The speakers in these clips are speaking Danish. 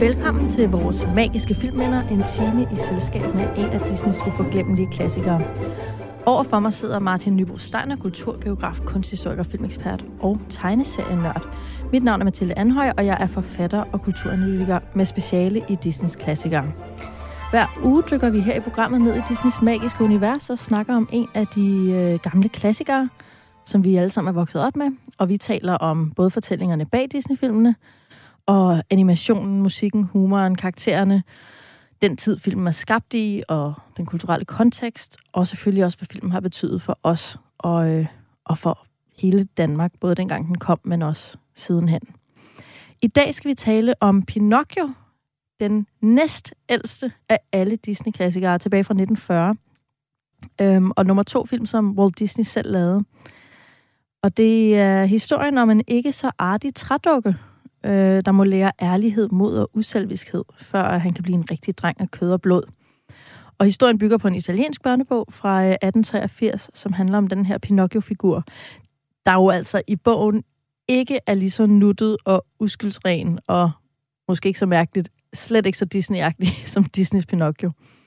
Velkommen til vores magiske filmminder, en time i selskab med en af Disneys uforglemmelige klassikere. Overfor mig sidder Martin Nybo Steiner, kulturgeograf, kunsthistoriker, filmekspert og tegneserienørd. Mit navn er Mathilde Anhøj, og jeg er forfatter og kulturanalytiker med speciale i Disneys klassikere. Hver uge dykker vi her i programmet ned i Disneys magiske univers og snakker om en af de gamle klassikere, som vi alle sammen er vokset op med. Og vi taler om både fortællingerne bag Disney-filmene, og animationen, musikken, humoren, karaktererne, den tid filmen er skabt i, og den kulturelle kontekst, og selvfølgelig også, hvad filmen har betydet for os og for hele Danmark, både dengang den kom, men også sidenhen. I dag skal vi tale om Pinocchio, den næstældste af alle Disney-klassikere, tilbage fra 1940, og nummer 2 film, som Walt Disney selv lavede. Og det er historien om en ikke så artig trædukke, der må lære ærlighed, mod og uselviskhed, før han kan blive en rigtig dreng af kød og blod. Og historien bygger på en italiensk børnebog fra 1883, som handler om den her Pinocchio-figur, der jo altså i bogen ikke er lige så nuttet og uskyldsren, og måske ikke så mærkeligt, slet ikke så Disney-agtig som Disneys Pinocchio.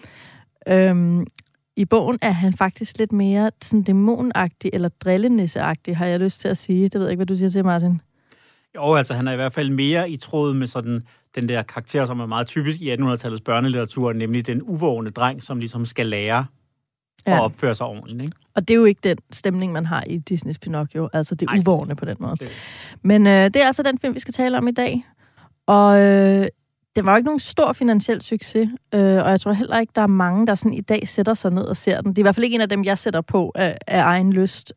I bogen er han faktisk lidt mere sådan dæmonagtig eller drillenisse-agtig, har jeg lyst til at sige. Det ved jeg ikke, hvad du siger til, Martin. Jo, altså han er i hvert fald mere i tråd med sådan den der karakter, som er meget typisk i 1800-tallets børnelitteratur, nemlig den uvågne dreng, som ligesom skal lære at opføre sig ordentligt, ikke? Og det er jo ikke den stemning, man har i Disneys Pinocchio, altså det uvågne på den måde. Men det er altså den film, vi skal tale om i dag. Og den var jo ikke nogen stor finansiel succes, og jeg tror heller ikke, der er mange, der sådan i dag sætter sig ned og ser den. Det er i hvert fald ikke en af dem, jeg sætter på af egen lyst.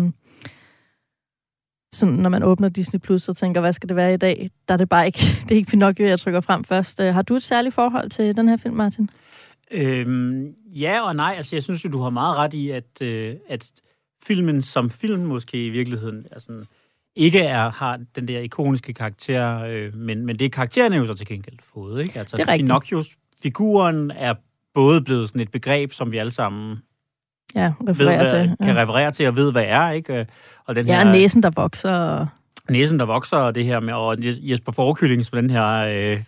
Sådan, når man åbner Disney Plus og tænker, hvad skal det være i dag? Der er det bare ikke, det er ikke Pinocchio, jeg trykker frem først. Har du et særligt forhold til den her film, Martin? Ja og nej. Altså, jeg synes jo, du har meget ret i, at filmen som film måske i virkeligheden altså, ikke har den der ikoniske karakter, men det er karaktererne jo så til gengæld fået, ikke? Altså, Pinocchio-figuren er både blevet sådan et begreb, som vi alle sammen kan referere til og ved, hvad er, ikke? Og den her, næsen, der vokser. Næsen, der vokser, og det her med, og Jesper Fårekylling, som den her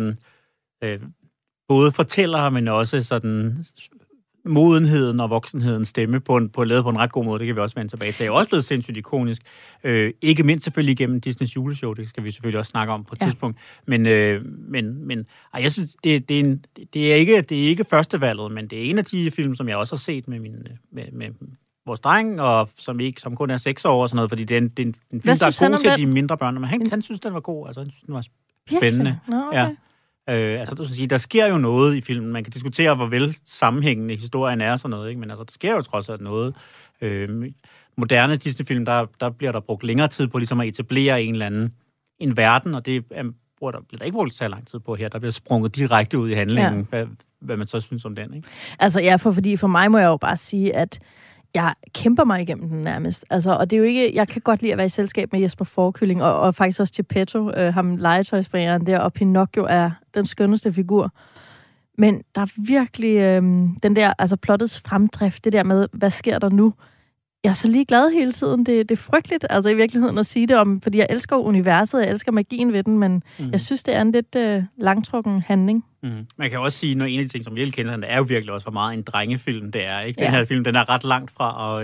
både fortæller, men også sådan modenheden og voksenheden stemme lavet på en ret god måde. Det kan vi også vende tilbage til. Det er jo også blevet sindssygt ikonisk. Ikke mindst selvfølgelig igennem Disneys juleshow. Det skal vi selvfølgelig også snakke om på et tidspunkt. Men jeg synes, det er ikke førstevalget, men det er en af de film, som jeg også har set med vores dreng, og som kun er 6 år og sådan noget, fordi det er en film, der er god til de mindre børn. Men han synes, den var god. Altså, han synes, den var spændende. Okay. Ja. Altså, der sker jo noget i filmen. Man kan diskutere, hvor vel sammenhængende historien er og sådan noget, ikke? Men altså, der sker jo trods alt noget. Moderne Disney-film, der bliver der brugt længere tid på ligesom at etablere en verden, og det bliver der ikke brugt så lang tid på her. Der bliver sprunget direkte ud i handlingen, hvad man så synes om den, ikke? Altså, ja, fordi for mig må jeg jo bare sige, at jeg kæmper mig igennem den nærmest. Altså, og det er jo ikke, jeg kan godt lide at være i selskab med Jesper Fårekylling, og faktisk også Geppetto, ham legetøjsbringeren der, og Pinocchio er den skønneste figur. Men der er virkelig den der, altså plottets fremdrift, det der med, hvad sker der nu? Jeg er så lige glad hele tiden. Det er frygteligt, altså i virkeligheden at sige det om, fordi jeg elsker universet, jeg elsker magien ved den, men jeg synes, det er en lidt langtrukken handling. Man kan også sige, når en af de ting, som jeg kender, det er jo virkelig også, hvor meget en drengefilm det er, ikke? Den her film, den er ret langt fra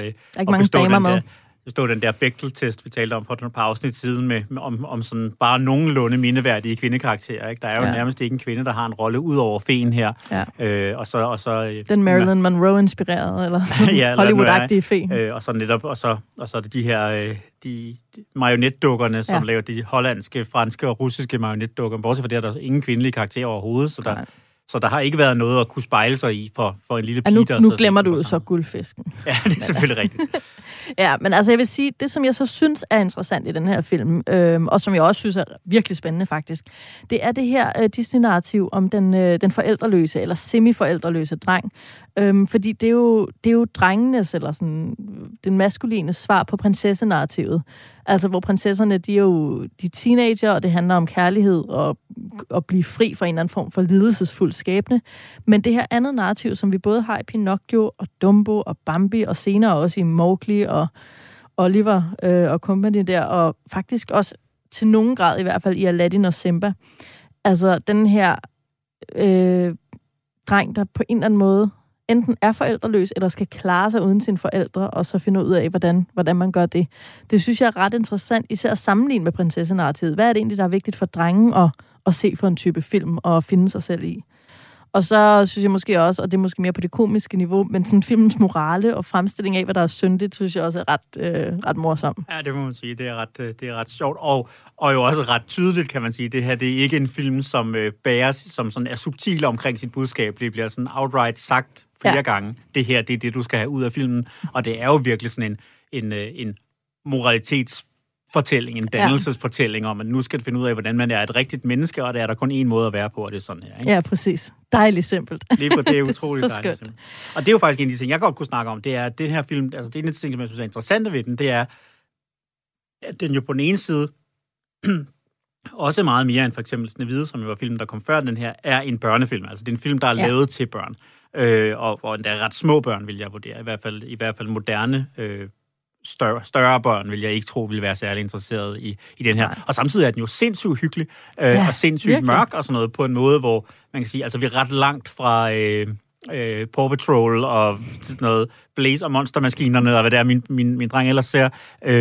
at bestå den der Bechdel-test, vi talte om for et par afsnit siden, om sådan bare nogenlunde mindeværdige kvindekarakterer, ikke? Der er jo nærmest ikke en kvinde, der har en rolle ud over feen her. Ja. Og så den Marilyn Monroe-inspirerede, eller Hollywood-agtige fe. Og så netop, og så er det de her de marionetdukkerne, som laver de hollandske, franske og russiske marionetdukker. Bortset fra det, er der ingen kvindelige karakterer overhovedet, så der har ikke været noget at kunne spejle sig i for en lille pige, nu glemmer du jo så guldfisken. Ja, det er selvfølgelig rigtigt. Ja, men altså jeg vil sige, det som jeg så synes er interessant i den her film, og som jeg også synes er virkelig spændende faktisk, det er det her Disney-narrativ om den forældreløse eller semi-forældreløse dreng. Fordi det er jo drengenes, eller sådan, den maskuline svar på prinsessenarrativet. Altså, hvor prinsesserne, de er jo de teenager, og det handler om kærlighed og at blive fri fra en eller anden form for lidelsesfuld skæbne. Men det her andet narrativ, som vi både har i Pinocchio og Dumbo og Bambi, og senere også i Mowgli og Oliver og company der, og faktisk også til nogen grad i hvert fald i Aladdin og Simba, Altså, den her dreng, der på en eller anden måde enten er forældreløs, eller skal klare sig uden sine forældre, og så finde ud af, hvordan man gør det. Det synes jeg er ret interessant, især at sammenligne med prinsessenarrativet. Hvad er det egentlig, der er vigtigt for drengen at se for en type film, og finde sig selv i? Og så synes jeg måske også, og det er måske mere på det komiske niveau, men sådan filmens morale og fremstilling af, hvad der er syndigt, synes jeg også er ret morsom. Ja, det må man sige. Det er ret sjovt, og jo også ret tydeligt, kan man sige. Det her, det er ikke en film, som bæres, som sådan er subtil omkring sit budskab. Det bliver sådan outright sagt flere gange. Det her, det er det, du skal have ud af filmen. Og det er jo virkelig sådan en moralitetsfortælling, en dannelsesfortælling om, at nu skal du finde ud af, hvordan man er et rigtigt menneske, og det er der kun én måde at være på, og det er sådan her. Ikke? Ja, præcis. Dejligt simpelt. Lige på det er utroligt dejligt simpelt. Og det er jo faktisk en af de ting, jeg godt kunne snakke om, det er, at det her film, altså det er en af de ting, som jeg synes er interessante ved den, det er, at den jo på den ene side også meget mere end for eksempel Snehvide, som jo var filmen, der kom før den her, er en børnefilm. Altså det er en film, der er lavet til børn. Og endda ret små børn, vil jeg vurdere. I hvert fald moderne større børn, vil jeg ikke tro, ville være særlig interesseret i den her. Nej. Og samtidig er den jo sindssygt hyggelig, og sindssygt virkelig mørk og sådan noget, på en måde, hvor man kan sige, altså vi er ret langt fra Paw Patrol og sådan noget Blaze og monstermaskinerne, og hvad det er, min dreng ellers ser,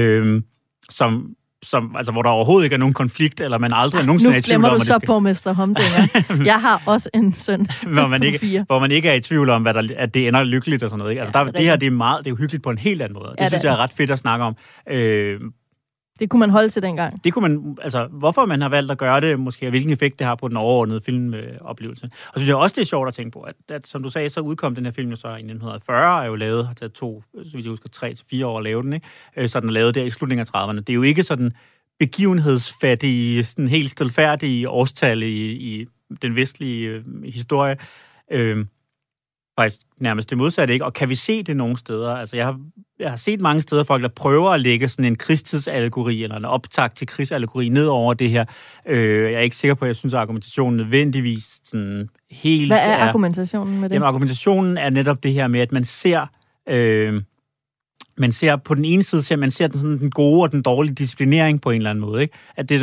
som altså, hvor der overhovedet ikke er nogen konflikt, eller man aldrig nogensinde er i tvivl om, nu glemmer du så på Mester Humdinger. Jeg har også en søn hvor man ikke er i tvivl om, at det ender lykkeligt og sådan noget. Ikke? Altså, det her, det er jo hyggeligt på en helt anden måde. Det synes jeg er ret fedt at snakke om. Det kunne man holde til dengang. Det kunne man, altså, hvorfor man har valgt at gøre det, måske, og hvilken effekt det har på den overordnede filmoplevelse. Og så synes jeg også, det er sjovt at tænke på, at som du sagde, så udkom den her film så i 1940, er jo lavet, har taget så vidt jeg husker, 3-4 år at lave den, ikke? Så den er lavet der i slutningen af 30'erne. Det er jo ikke sådan begivenhedsfattige, sådan helt stilfærdige årstal i den vestlige historie. Faktisk nærmest det modsatte, ikke? Og kan vi se det nogle steder? Altså, jeg har set mange steder folk, der prøver at lægge sådan en krigstidsallegori, eller en optakt til krigsallegori ned over det her. Jeg er ikke sikker på, at jeg synes, at argumentationen nødvendigvis sådan helt... Hvad er argumentationen med det? Jamen, argumentationen er netop det her med, at man ser på den ene side, man ser den gode og den dårlige disciplinering på en eller anden måde, ikke?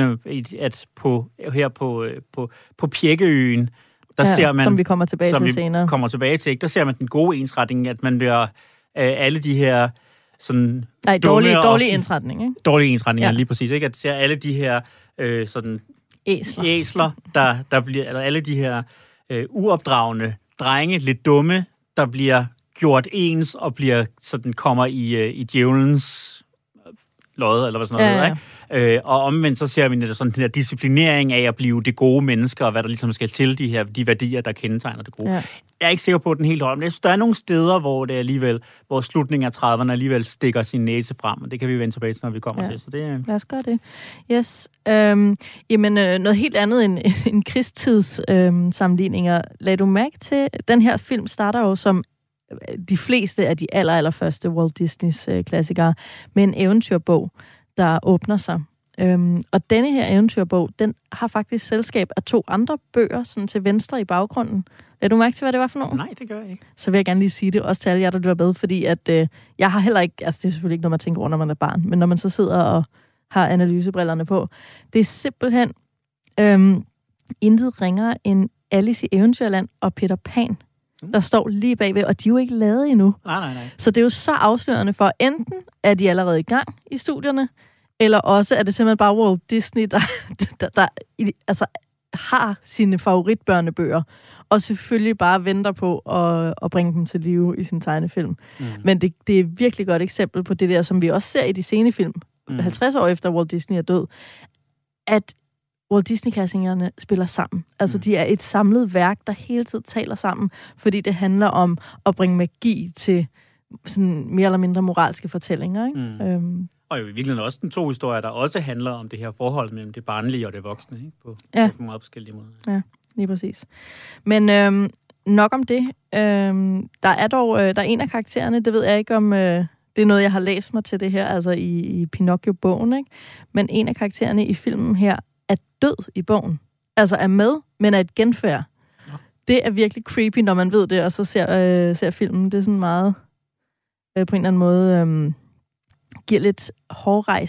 På Pjekkeøen, der ser man, som vi kommer tilbage til senere. Der ser man den gode ensretning, at man bliver alle de her sådan dårlig ensretning, ikke? Dårlige ensretninger, lige præcis, ikke? At ser alle de her sådan æsler der bliver, eller alle de her uopdragende drenge, lidt dumme, der bliver gjort ens og bliver sådan kommer i djævelens lod, eller hvad sådan noget, ikke? Og omvendt så ser vi sådan den her disciplinering af at blive det gode menneske, og hvad der ligesom skal til, de værdier, der kendetegner det gode. Ja. Jeg er ikke sikker på den helt højt, men jeg synes, der er nogle steder, hvor det alligevel, hvor slutningen af 30'erne alligevel stikker sin næse frem, og det kan vi vende tilbage til, når vi kommer til. Så det... Lad os gøre det. Yes. Jamen, noget helt andet end krigstids sammenligninger. Lad du mærke til, den her film starter jo som de fleste af de allerførste Walt Disneys klassikere med en eventyrbog, der åbner sig. Og denne her eventyrbog, den har faktisk selskab af 2 andre bøger, sådan til venstre i baggrunden. Lad du mærke til, hvad det var for nogen? Nej, det gør jeg ikke. Så vil jeg gerne lige sige det, også til alle jer, der lytter med, fordi at jeg har heller ikke, altså det er selvfølgelig ikke noget, man tænker over, når man er barn, men når man så sidder og har analysebrillerne på, det er simpelthen intet ringere end Alice i Eventyrland og Peter Pan, der står lige bagved, og de er jo ikke lavet endnu. Nej. Så det er jo så afslørende for, enten er de allerede i gang i studierne, eller også er det simpelthen bare Walt Disney, der altså har sine favoritbørnebøger, og selvfølgelig bare venter på at bringe dem til live i sin tegnefilm. Men det er et virkelig godt eksempel på det der, som vi også ser i de sene film, 50 år efter Walt Disney er død, at Walt Disney-klassikerne spiller sammen. Altså, de er et samlet værk, der hele tiden taler sammen, fordi det handler om at bringe magi til sådan mere eller mindre moralske fortællinger, ikke? Og jo i virkeligheden også den 2 historier, der også handler om det her forhold mellem det barnlige og det voksne, ikke? På meget forskellige måder. Ja, lige præcis. Men nok om det. Der er en af karaktererne, det ved jeg ikke om... det er noget, jeg har læst mig til det her, altså i Pinocchio-bogen, ikke? Men en af karaktererne i filmen her er død i bogen. Altså er med, men er et genfærd. Ja. Det er virkelig creepy, når man ved det, og så ser filmen. Det er sådan meget, på en eller anden måde, giver lidt hårdrejsende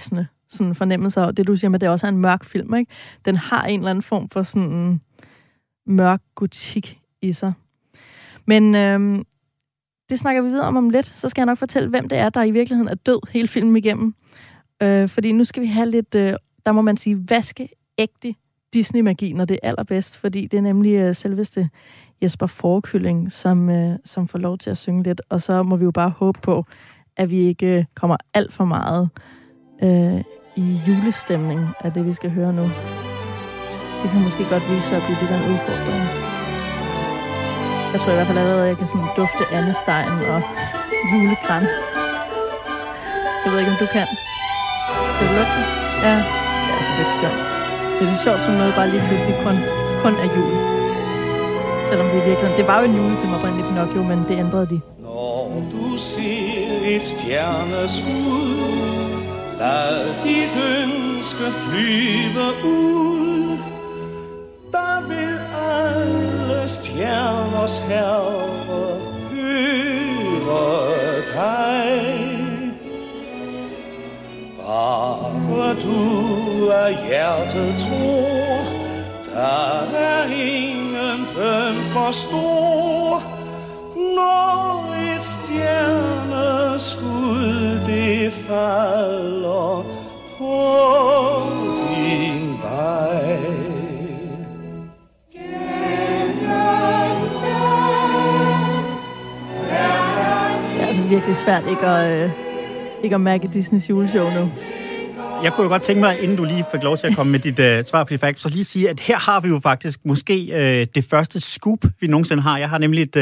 sådan fornemmelse af det, du siger med, det også er en mørk film, ikke? Den har en eller anden form for sådan en mørk gotik i sig. Men det snakker vi videre om lidt. Så skal jeg nok fortælle, hvem det er, der i virkeligheden er død hele filmen igennem. Fordi nu skal vi have lidt, der må man sige, vaskeægte Disney-magi, når det er allerbedst. Fordi det er nemlig selveste Jesper Fårekylling, som får lov til at synge lidt. Og så må vi jo bare håbe på, at vi ikke kommer alt for meget i julestemning af det, vi skal høre nu. Det kan måske godt vise sig at blive lidt af en udfordring. Jeg tror i hvert fald allerede, at jeg kan sådan dufte andestegen og julegran. Jeg ved ikke, om du kan. Kan du lugte? Ja, det er altså lidt skønt. Det er lidt sjovt, som noget bare lige pludselig kun er jul. Selvom det virkelig... Det var jo en julefilm oprindeligt, Pinocchio, men det ændrede de. Når du ser et stjerneskud, lad dit ønske flyve ud. Der vil alle stjerners herre høre dig. Bare du af hjertet tror, der er ingen bøn for stor. Når et stjerneskud det falder på din vej. Det er altså virkelig svært ikke at mærke Disneys juleshow nu. Jeg kunne jo godt tænke mig, inden du lige fik lov til at komme med dit svar på det fakt, så lige sige, at her har vi jo faktisk måske det første scoop, vi nogensinde har. Jeg har nemlig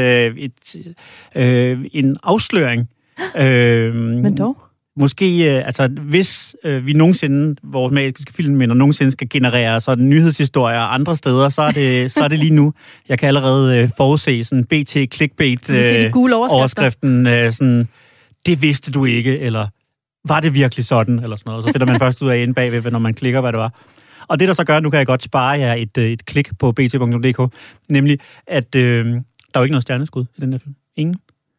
en afsløring. Men dog? Måske, hvis vi nogensinde, vores magiske filmminder nogensinde skal generere sådan nyhedshistorier andre steder, så er det lige nu. Jeg kan allerede forudse sådan BT clickbait overskriften, sådan, det vidste du ikke, eller var det virkelig sådan, eller sådan noget. Så finder man først ud af inde bagved, når man klikker, hvad det var. Og det, der så gør, nu kan jeg godt spare jer et klik på bt.dk, nemlig, at der er jo ikke noget stjerneskud i den her film. Ingen.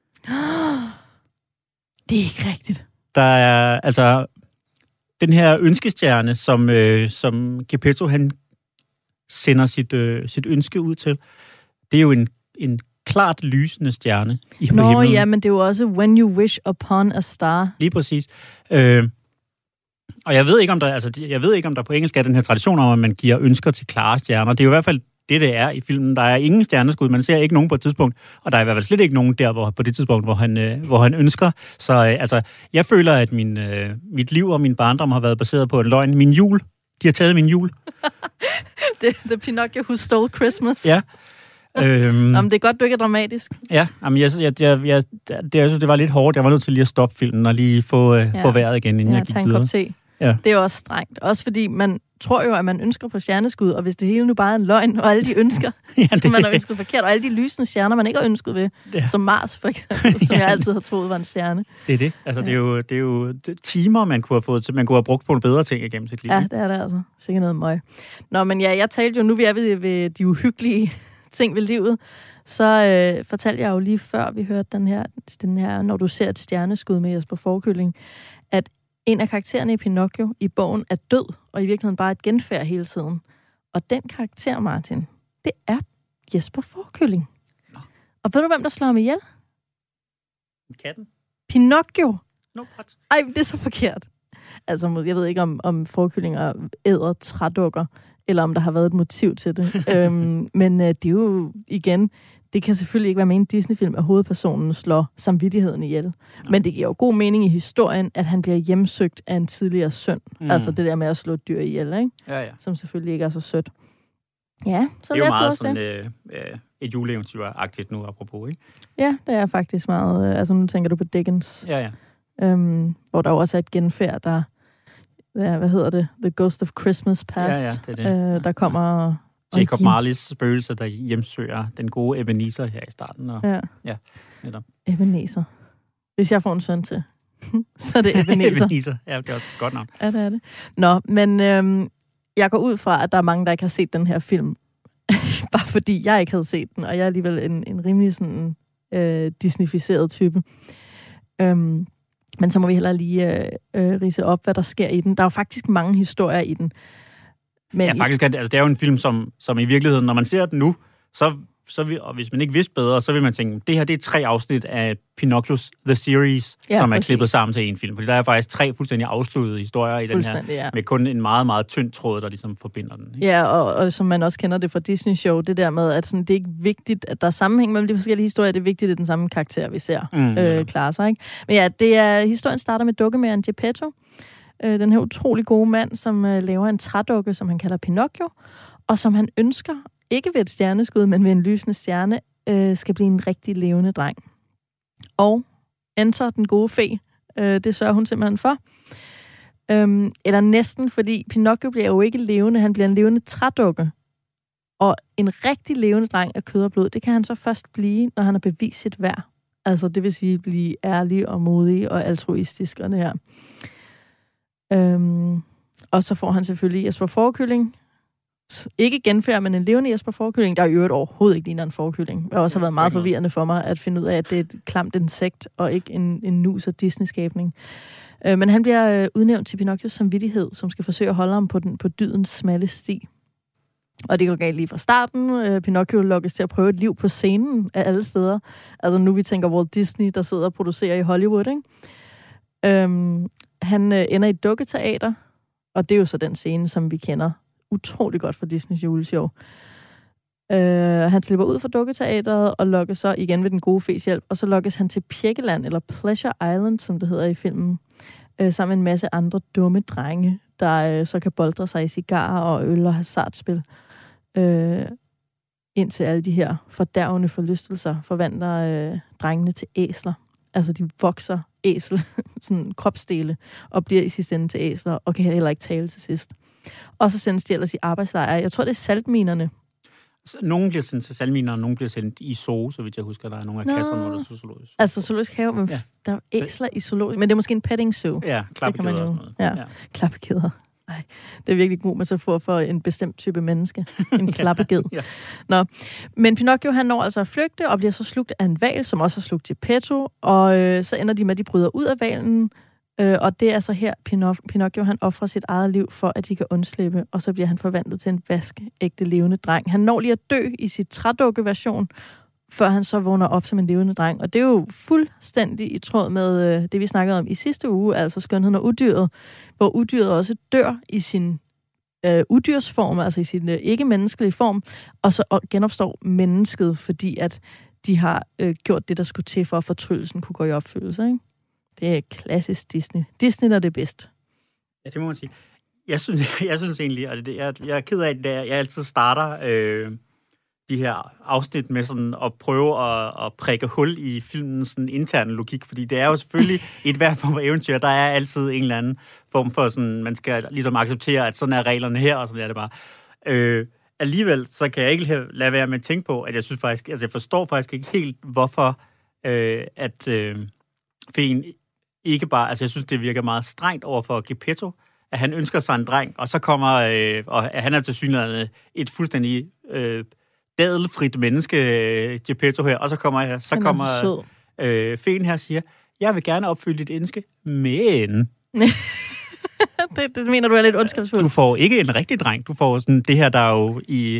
Det er ikke rigtigt. Der er, altså, den her ønskestjerne, som Geppetto, han sender sit ønske ud til, det er jo en klart lysende stjerne i himlen. Nå ja, men det er jo også When You Wish Upon a Star. Lige præcis. Og jeg ved ikke, om der på engelsk er den her tradition om, at man giver ønsker til klare stjerner. Det er jo i hvert fald det er i filmen. Der er ingen stjerneskud. Man ser ikke nogen på et tidspunkt. Og der er i hvert fald slet ikke nogen der på det tidspunkt, hvor han ønsker. Så jeg føler, at mit liv og min barndom har været baseret på en løgn. Min jul. De har taget min jul. The Pinocchio Who Stole Christmas. Ja. Jamen, det er godt, du ikke er dramatisk. Ja, jamen, jeg synes, det var lidt hårdt. Jeg var nødt til lige at stoppe filmen og lige få vejret igen, inden jeg gik videre. En kop te. Ja. Det er også strengt. Også fordi man tror jo, at man ønsker på stjerneskud, og hvis det hele nu bare er en løgn, og alle de ønsker, som man har ønsket forkert, og alle de lysende stjerner, man ikke har ønsket ved, som Mars for eksempel, som jeg altid har troet var en stjerne. Det er det. Altså, det er jo timer, man kunne have brugt på nogle bedre ting igennem sit liv. Ja, det er det altså. Sikkert noget møg. Nå, men ja, jeg talte jo, nu vi er ved de uhyggelige ting ved livet, så fortalte jeg jo lige før, vi hørte den her, når du ser et stjerneskud med Jesper Fårekylling, at en af karaktererne i Pinocchio i bogen er død, og i virkeligheden bare et genfærd hele tiden. Og den karakter, Martin, det er Jesper Fårekylling. Nå. Og ved du, hvem der slår ham ihjel? Katten? Pinocchio. No, what? Ej, det er så forkert. Altså, jeg ved ikke, om fårekyllinger æder trædukker, eller om der har været et motiv til det. Men det er jo, igen, det kan selvfølgelig ikke være med en Disney-film, at hovedpersonen slår samvittigheden ihjel. Nej. Men det giver jo god mening i historien, at han bliver hjemsøgt af en tidligere søn. Altså det der med at slå et dyr ihjel, ikke? Ja. Som selvfølgelig ikke er så sødt. Ja, så det er jo meget sådan et juleeventyr-agtigt nu, apropos, ikke? Ja, det er faktisk meget. Altså nu tænker du på Dickens. Ja. Hvor der også er et genfærd, der... Ja, hvad hedder det? The Ghost of Christmas Past. Ja, det er det. Der kommer... Jacob Marleys spøgelse, der hjemsøger den gode Ebenezer her i starten. Og, ja, netop. Ebenezer. Hvis jeg får en søn til, så er det Ebenezer. Ebenezer, ja, det er et godt navn. Ja, det er det. Nå, men jeg går ud fra, at der er mange, der ikke har set den her film. Bare fordi jeg ikke havde set den, og jeg er alligevel en rimelig sådan Disney-ficeret type. Men så må vi heller lige ridse op, hvad der sker i den. Der er jo faktisk mange historier i den. Men ja, faktisk er det er jo en film, som i virkeligheden, når man ser den nu, og hvis man ikke vidste bedre, så vil man tænke, det her det er 3 afsnit af Pinocchios The Series, som er klippet sammen til en film. Fordi der er faktisk 3 fuldstændig afsluttede historier i den her, med kun en meget, meget tynd tråd, der ligesom forbinder den. Ikke? Ja, og som man også kender det fra Disney-show, det der med, at sådan, det er ikke vigtigt, at der er sammenhæng mellem de forskellige historier, det er vigtigt, at den samme karakter, vi ser, klarer sig. Ikke? Men ja, historien starter med dukkemageren Geppetto, den her utrolig gode mand, som laver en trædukke, som han kalder Pinocchio, og som han ønsker, ikke ved et stjerneskud, men ved en lysende stjerne, skal blive en rigtig levende dreng. Og enter den gode fe. Det sørger hun simpelthen for. Eller næsten, fordi Pinocchio bliver jo ikke levende, han bliver en levende trædukke. Og en rigtig levende dreng af kød og blod, det kan han så først blive, når han har bevist sit værd. Altså det vil sige, blive ærlig og modig og altruistisk og det her. Og så får han selvfølgelig Jesper Fårekylling. Ikke genfærd, men en levende Jesper Fårekylling, der i øvrigt overhovedet ikke ligner en fårekylling. Det har også været meget forvirrende for mig at finde ud af, at det er et klamt insekt, og ikke en nus- og Disney-skabning. Men han bliver udnævnt til Pinocchios samvittighed, som skal forsøge at holde ham på dydens smalle sti. Og det går galt lige fra starten. Pinocchio lokkes til at prøve et liv på scenen af alle steder. Altså nu vi tænker Walt Disney, der sidder og producerer i Hollywood, ikke? Han ender i et dukketeater, og det er jo så den scene, som vi kender utrolig godt fra Disneys juleshow. Han slipper ud fra dukketeateret og lokkes så igen ved den gode fes hjælp, og så lokkes han til Pjekkeland, eller Pleasure Island, som det hedder i filmen, sammen med en masse andre dumme drenge, der så kan boldre sig i cigarer og øl og hasardspil, indtil alle de her fordærvende forlystelser forvandler drengene til æsler. Altså, de vokser æsel, sådan kropsdele, og bliver i sidste ende til æsler, og kan heller ikke tale til sidst. Og så sendes de ellers i arbejdslejre. Jeg tror, det er saltminerne. Nogle bliver sendt til saltminer, og nogle bliver sendt i zoo, så vidt jeg husker. Der er nogle af kasserne, hvor der er zoologisk. Altså zoologisk have, men der er æsler i zoologisk. Men det er måske en petting zoo. Ja, klappekæder og sådan noget. Ja, klappekæder. Ej, det er virkelig god metafor for en bestemt type menneske. En klappeged. Ja. Nå. Men Pinocchio, han når altså at flygte, og bliver så slugt af en hval, som også har slugt Geppetto. Og så ender de med, at de bryder ud af hvalen. Og det er så her, Pinocchio, han offrer sit eget liv for, at de kan undslippe. Og så bliver han forvandlet til en vaskeægte levende dreng. Han når lige at dø i sit trædukke-version, før han så vågner op som en levende dreng. Og det er jo fuldstændig i tråd med det, vi snakkede om i sidste uge, altså Skønheden og Udyret, hvor udyret også dør i sin udyrsform, altså i sin ikke-menneskelige form, og så genopstår mennesket, fordi at de har gjort det, der skulle til, for at fortryllelsen kunne gå i opfyldelse, ikke? Det er klassisk Disney. Disney er det bedst. Ja, det må man sige. Jeg synes egentlig, og jeg er ked af det, jeg altid starter de her afsnit med sådan at prøve at prikke hul i filmens sådan interne logik, fordi det er jo selvfølgelig i et hvert form for eventyr, der er altid en eller anden form for sådan, man skal ligesom acceptere, at sådan er reglerne her, og sådan er det bare. Alligevel, så kan jeg ikke lade være med at tænke på, at jeg synes faktisk, altså jeg forstår faktisk ikke helt, hvorfor at Feen ikke bare, altså jeg synes, det virker meget strengt over for Geppetto, at han ønsker sig en dreng, og så kommer, og han er tilsyneladende et fuldstændig dadelfrit menneske, Geppetto her, og så kommer Feen her og siger, jeg vil gerne opfylde dit ønske, men... det mener du er lidt ondskabsfuldt. Du får ikke en rigtig dreng, du får sådan det her, der er jo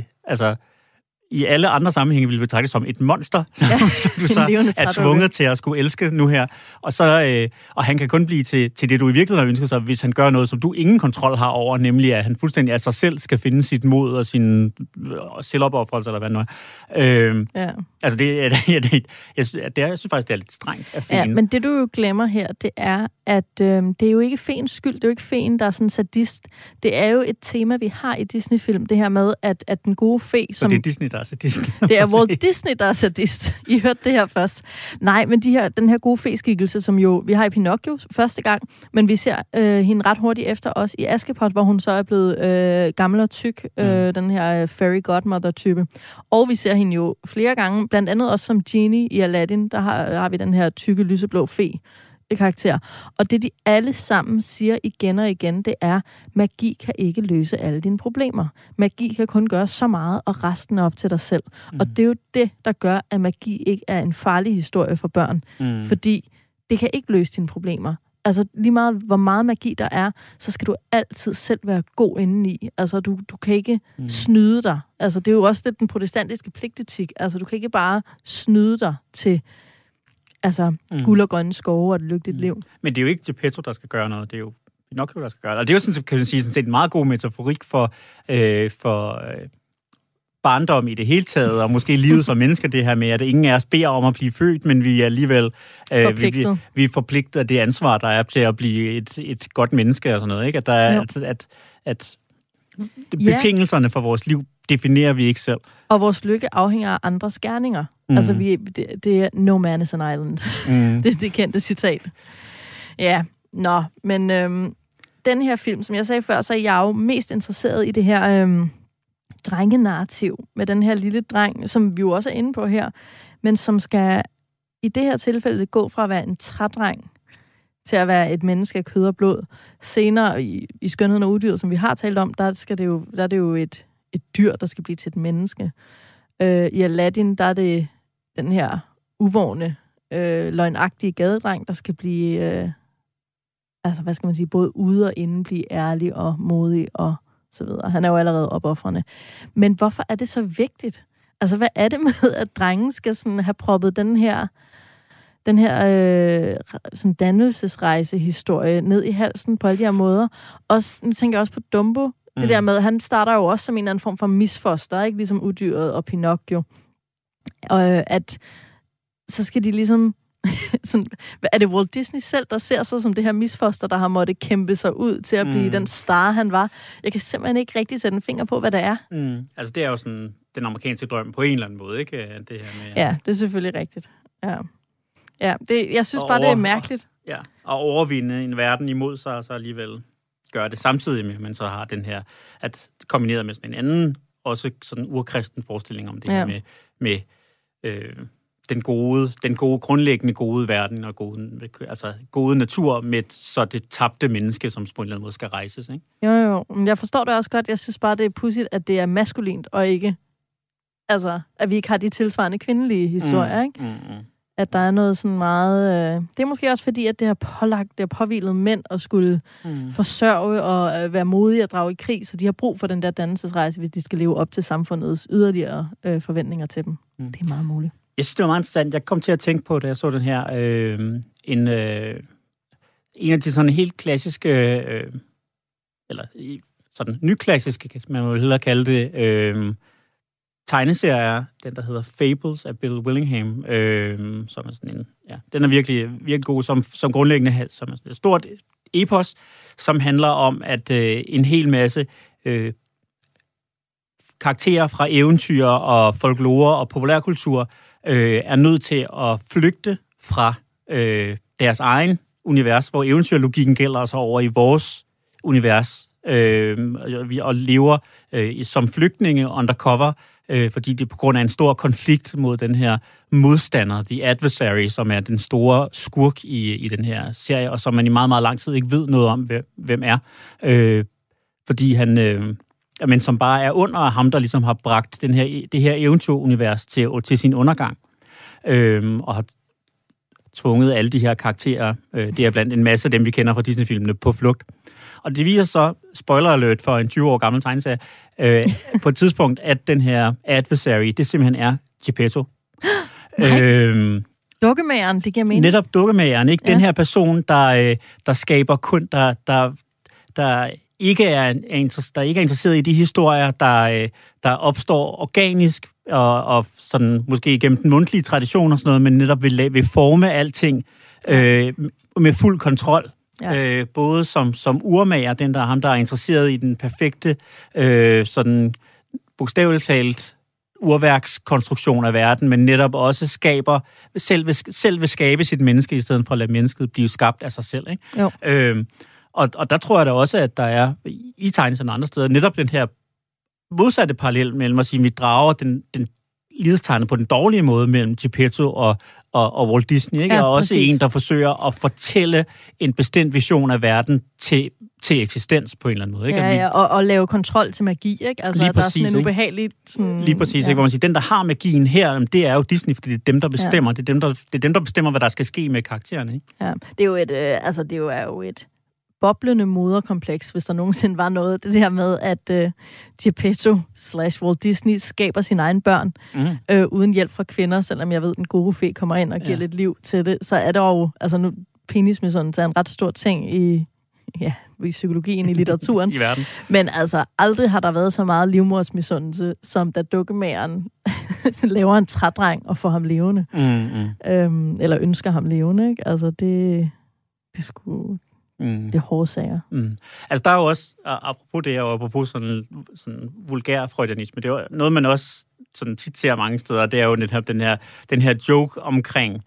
i alle andre sammenhænge ville betragtes som et monster, som du så er tvunget til at skulle elske nu her. Og han kan kun blive til det, du i virkeligheden har ønsket sig, hvis han gør noget, som du ingen kontrol har over, nemlig at han fuldstændig af sig selv skal finde sit mod og sin selvopoffrelse, eller hvad nu er. Altså, jeg synes faktisk, det er lidt strengt af Feen. Ja, men det du jo glemmer her, det er, at det er jo ikke Feens skyld, det er jo ikke Feen, der er sådan sadist. Det er jo et tema, vi har i Disney-film, det her med, at den gode fe, som... Så det er Disney, der er sadist. Det er Walt Disney, der er sadist. I hørte det her først. Nej, men den her gode fe-skikkelse, som jo vi har i Pinocchio første gang, men vi ser hende ret hurtigt efter os i Askepot, hvor hun så er blevet gammel og tyk, den her fairy godmother-type. Og vi ser hende jo flere gange, blandt andet også som Genie i Aladdin, der har vi den her tykke, lyseblå fe karakter. Og det, de alle sammen siger igen og igen, det er, magi kan ikke løse alle dine problemer. Magi kan kun gøre så meget, og resten er op til dig selv. Og det er jo det, der gør, at magi ikke er en farlig historie for børn. Fordi det kan ikke løse dine problemer. Altså lige meget, hvor meget magi der er, så skal du altid selv være god indeni. Altså du kan ikke snyde dig. Altså det er jo også lidt den protestantiske pligtetik. Altså du kan ikke bare snyde dig til guld og grønne skove og et lykkeligt liv. Men det er jo ikke Geppetto, der skal gøre noget. Det er jo Pinocchio, der skal gøre det. Og det er jo sådan, kan man sige, sådan set en meget god metaforik for barndom i det hele taget, og måske livet som mennesker, det her med, at ingen af os beder om at blive født, men vi er alligevel vi er forpligtet af det ansvar, der er til at blive et godt menneske og sådan noget, ikke? At der er, at betingelserne for vores liv definerer vi ikke selv. Og vores lykke afhænger af andres gerninger. Altså, det er no man is an island. Det er det kendte citat. Ja, men den her film, som jeg sagde før, så er jeg jo mest interesseret i det her drengenarrativ med den her lille dreng, som vi jo også er inde på her, men som skal i det her tilfælde gå fra at være en trædreng til at være et menneske af kød og blod. Senere i Skønheden og Udyret, som vi har talt om, der er det jo et dyr, der skal blive til et menneske. I Aladdin, der er det den her uvågne, løgnagtige gadedreng, der skal blive, hvad skal man sige, både ude og inde blive ærlig og modig og så videre. Han er jo allerede opoffrende. Men hvorfor er det så vigtigt? Altså, hvad er det med, at drengen skal sådan have proppet den her sådan dannelsesrejsehistorie ned i halsen på alle de her måder? Og nu tænker jeg også på Dumbo. Det der med, han starter jo også som en eller anden form for misfoster, ikke? Ligesom Udyret og Pinocchio. Og at så skal de ligesom sådan, er det Walt Disney selv, der ser sig som det her misfoster, der har måttet kæmpe sig ud til at blive den star, han var? Jeg kan simpelthen ikke rigtig sætte en finger på, hvad det er. Altså, det er jo sådan den amerikanske drøm på en eller anden måde, ikke? Det her med, ja, det er selvfølgelig rigtigt. Ja, jeg synes bare, det er mærkeligt. Ja, og overvinde en verden imod sig, og så alligevel gøre det samtidig med, men så har den her, at kombineret med sådan en anden, også sådan urkristen forestilling om det her med den gode, grundlæggende gode verden og gode natur med så det tabte menneske, som på en eller anden måde skal rejses, ikke? Jo. Jeg forstår det også godt. Jeg synes bare, det er pudsigt, at det er maskulint, og ikke, at vi ikke har de tilsvarende kvindelige historier, ikke? At der er noget sådan meget... Det er måske også fordi, at det har påhvilet mænd at skulle forsørge og være modige og drage i krig, så de har brug for den der dannelsesrejse, hvis de skal leve op til samfundets yderligere forventninger til dem. Det er meget muligt. Jeg synes, det var meget interessant. Jeg kom til at tænke på, da jeg så den her, en af de sådan helt klassiske, eller sådan nyklassiske, man vil hellere kalde det, tegneserier, den der hedder Fables af Bill Willingham, som er sådan en, den er virkelig, virkelig god, som grundlæggende, som er sådan et stort epos, som handler om, at en hel masse karakterer fra eventyr og folklore og populærkultur er nødt til at flygte fra deres egen univers, hvor eventyrlogikken gælder sig over i vores univers, og lever som flygtninge undercover, fordi det er på grund af en stor konflikt mod den her modstander, The Adversary, som er den store skurk i den her serie, og som man i meget, meget lang tid ikke ved noget om, hvem er. Fordi han... men som bare er under ham, der ligesom har bragt det her eventyrunivers til sin undergang. Og har tvunget alle de her karakterer, det er blandt en masse af dem, vi kender fra Disney-filmene, på flugt. Og det viser så, spoiler alert for en 20 år gammel tegneserie, på et tidspunkt, at den her adversary, det simpelthen er Geppetto. Dukkemageren, det giver mening. Netop dukkemageren, ikke? Ja. Den her person, der skaber kun, der ikke er interesseret i de historier, der opstår organisk, og sådan måske igennem den mundtlige tradition og sådan noget, men netop vil forme alting med fuld kontrol. Ja. Både som urmager, ham, der er interesseret i den perfekte, sådan bogstaveligt talt, urværkskonstruktion af verden, men netop også selv vil skabe sit menneske, i stedet for at lade mennesket blive skabt af sig selv, ikke? Jo. Og der tror jeg da også, at der er i tegneserier andre steder netop den her modsatte parallel mellem at sige, at vi drager den lidestegnet på den dårlige måde mellem Geppetto og Walt Disney, ikke? Ja, og også præcis. En, der forsøger at fortælle en bestemt vision af verden til til eksistens på en eller anden måde. Ikke? Ja, og lave kontrol til magi, ikke? Altså, lige præcis, der er sådan en ubehagelig... Sådan, lige præcis, ikke? Hvor man siger, den, der har magien her, det er jo Disney, fordi det er dem, der bestemmer. Ja. Det er dem, der bestemmer, hvad der skal ske med karaktererne, ikke? Ja, det er jo et boblende moderkompleks, hvis der nogensinde var noget. Det her med, at Geppetto/Walt Disney skaber sine egne børn uden hjælp fra kvinder, selvom jeg ved, at den gode fe kommer ind og giver lidt liv til det, så er der jo... Altså nu, penismisundelse er en ret stor ting i psykologien, i litteraturen. I verden. Men altså, aldrig har der været så meget livmorsmisundelse, som da dukkemageren laver en trædreng og får ham levende. Eller ønsker ham levende, ikke? Altså, det sgu... Det er hårde sager. Altså, der er jo også, apropos det, og apropos sådan vulgær freudianisme, det er jo noget, man også sådan tit ser mange steder, det er jo den her joke omkring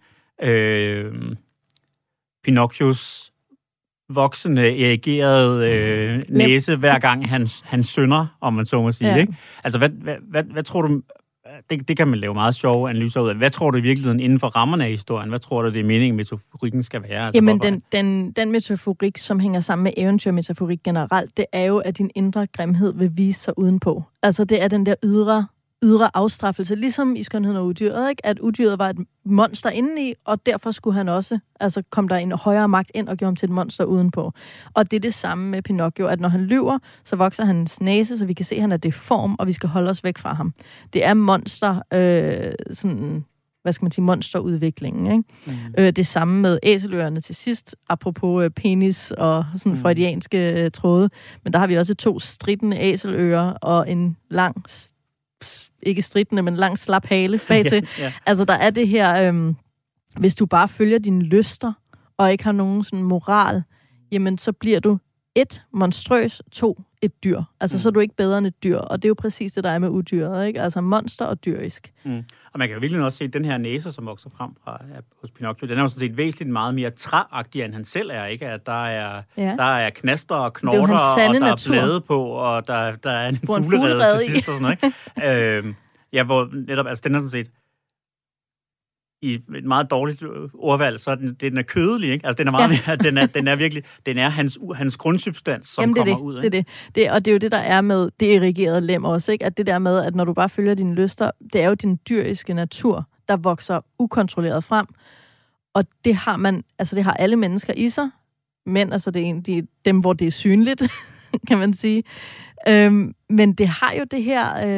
Pinocchios voksende, erigerede næse, hver gang han synder, om man så må sige. Ikke? Altså, hvad tror du... Det kan man lave meget sjove analyser ud af. Hvad tror du i virkeligheden inden for rammerne af historien? Hvad tror du, det er meningen, metaforikken skal være? Altså, jamen, den metaforik, som hænger sammen med eventyrmetaforik generelt, det er jo, at din indre grimhed vil vise sig udenpå. Altså, det er den der ydre afstraffelse, ligesom i Skønheden og Udyret, ikke? At udyret var et monster indeni, og derfor skulle han også, altså kom der en højere magt ind og gjorde ham til et monster udenpå. Og det er det samme med Pinocchio, at når han lyver, så vokser hans næse, så vi kan se, at han er deform, og vi skal holde os væk fra ham. Det er monster, sådan, hvad skal man sige, monsterudviklingen, ikke? Det samme med æselørerne til sidst, apropos penis og sådan freudianske tråde, men der har vi også 2 stridende æselører og en lang ikke stridende, men lang slap hale bagtil. Ja. Altså, der er det her, hvis du bare følger dine lyster, og ikke har nogen sådan moral, jamen, så bliver du 1, monstrøs, 2, et dyr. Altså, så er du ikke bedre end et dyr, og det er jo præcis det, der er med udyret, ikke? Altså, monster og dyrisk. Og man kan jo virkelig også se, at den her næse, som vokser frem hos Pinocchio, den er jo sådan set væsentligt meget mere træagtig, end han selv er, ikke? At der er knaster og knorter, og der er blade på, og der er en fuglerede til sidst, og sådan noget, ikke? Hvor netop, altså, den er sådan set i et meget dårligt ordvalg, så den er kødelig, ikke? Altså, den er meget mere, den er virkelig, den er hans grundsubstans, som kommer ud, ikke? Det, og det er jo det, der er med det erigerede lem også, ikke? At det der med, at når du bare følger dine lyster, det er jo din dyriske natur, der vokser ukontrolleret frem, og det har man, altså det har alle mennesker i sig, men altså det er dem, hvor det er synligt, kan man sige. Men det har jo det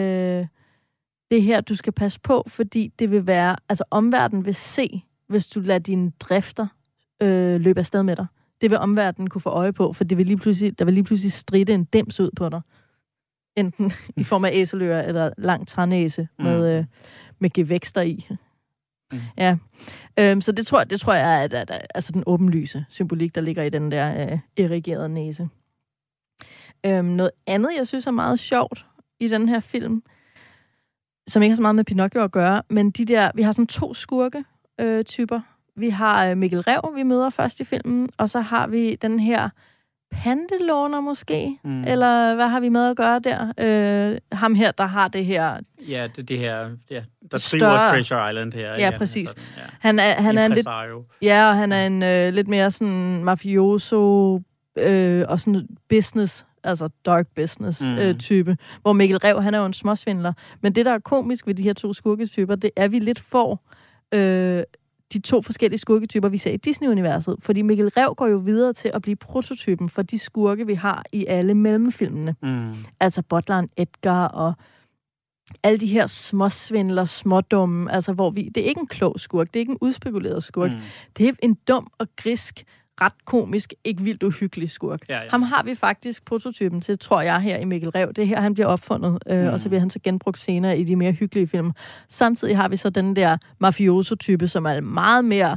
her, du skal passe på, fordi det vil være, altså omverdenen vil se, hvis du lader dine drifter løbe afsted med dig. Det vil omverdenen kunne få øje på, for der vil lige pludselig stride en dims ud på dig. Enten i form af æselører eller lang trænæse med gevækster i. Ja. Så det tror jeg er altså den åbenlyse symbolik, der ligger i den der erigerede næse. Noget andet, jeg synes er meget sjovt i den her film, som ikke har så meget med Pinocchio at gøre, men vi har sådan 2 skurke-typer. Vi har Mikkel Rev, vi møder først i filmen, og så har vi den her pandelåner måske, eller hvad har vi med at gøre der? Ham her, der har det her... Ja, det her, der driver Treasure Island her. Ja, præcis. Sådan, Han er en lidt... Ja, og han er en lidt mere sådan mafioso og sådan business, altså dark business type, hvor Mikkel Rev, han er jo en småsvindler. Men det, der er komisk ved de her 2 skurketyper, det er, at vi lidt får de 2 forskellige skurketyper, vi ser i Disney-universet. Fordi Mikkel Rev går jo videre til at blive prototypen for de skurke, vi har i alle mellemfilmene. Altså butleren Edgar og alle de her småsvindler, smådumme, altså hvor det er ikke en klog skurk, det er ikke en udspekuleret skurk. Det er en dum og grisk, ret komisk, ikke vildt uhyggelig skurk. Ja. Ham har vi faktisk prototypen til, tror jeg, her i Mikkel Rev. Det er her, han bliver opfundet, og så bliver han så genbrugt senere i de mere hyggelige film. Samtidig har vi så den der mafioso-type, som er meget mere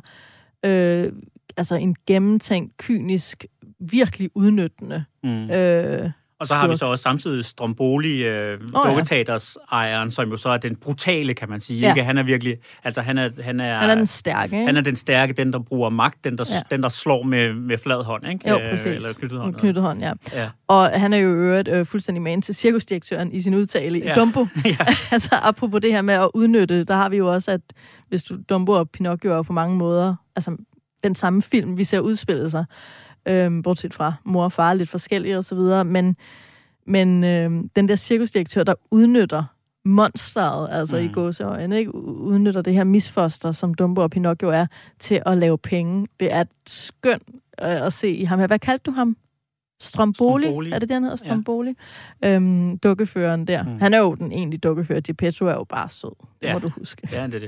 altså en gennemtænkt, kynisk, virkelig udnyttende og så har vi så også samtidig Stromboli, dukketeaters-ejeren, som jo så er den brutale, kan man sige. Ja. Ikke? Han er virkelig... Altså, han er den stærke, ikke? Han er den stærke, den der bruger magt, den der slår med flad hånd, ikke? Jo, præcis. Eller knyttet hånd, ja. Og han er jo øvrigt fuldstændig man til cirkusdirektøren i sin udtale i Dumbo. Altså, apropos det her med at udnytte, der har vi jo også, at hvis Dumbo og Pinocchio er på mange måder, altså den samme film, vi ser udspille sig, bortset fra mor og far er lidt forskellige og så videre, men den der cirkusdirektør, der udnytter monsteret, altså i gåseøjne, ikke? Udnytter det her misfoster, som Dumbo og Pinocchio er, til at lave penge. Det er skønt at se i ham her. Hvad kaldte du ham? Stromboli? Er det det, han hedder? Stromboli? Ja. Dukkeføreren der. Han er jo den egentlige dukkefører. Geppetto er jo bare sød. Det må du huske. Ja, det er det.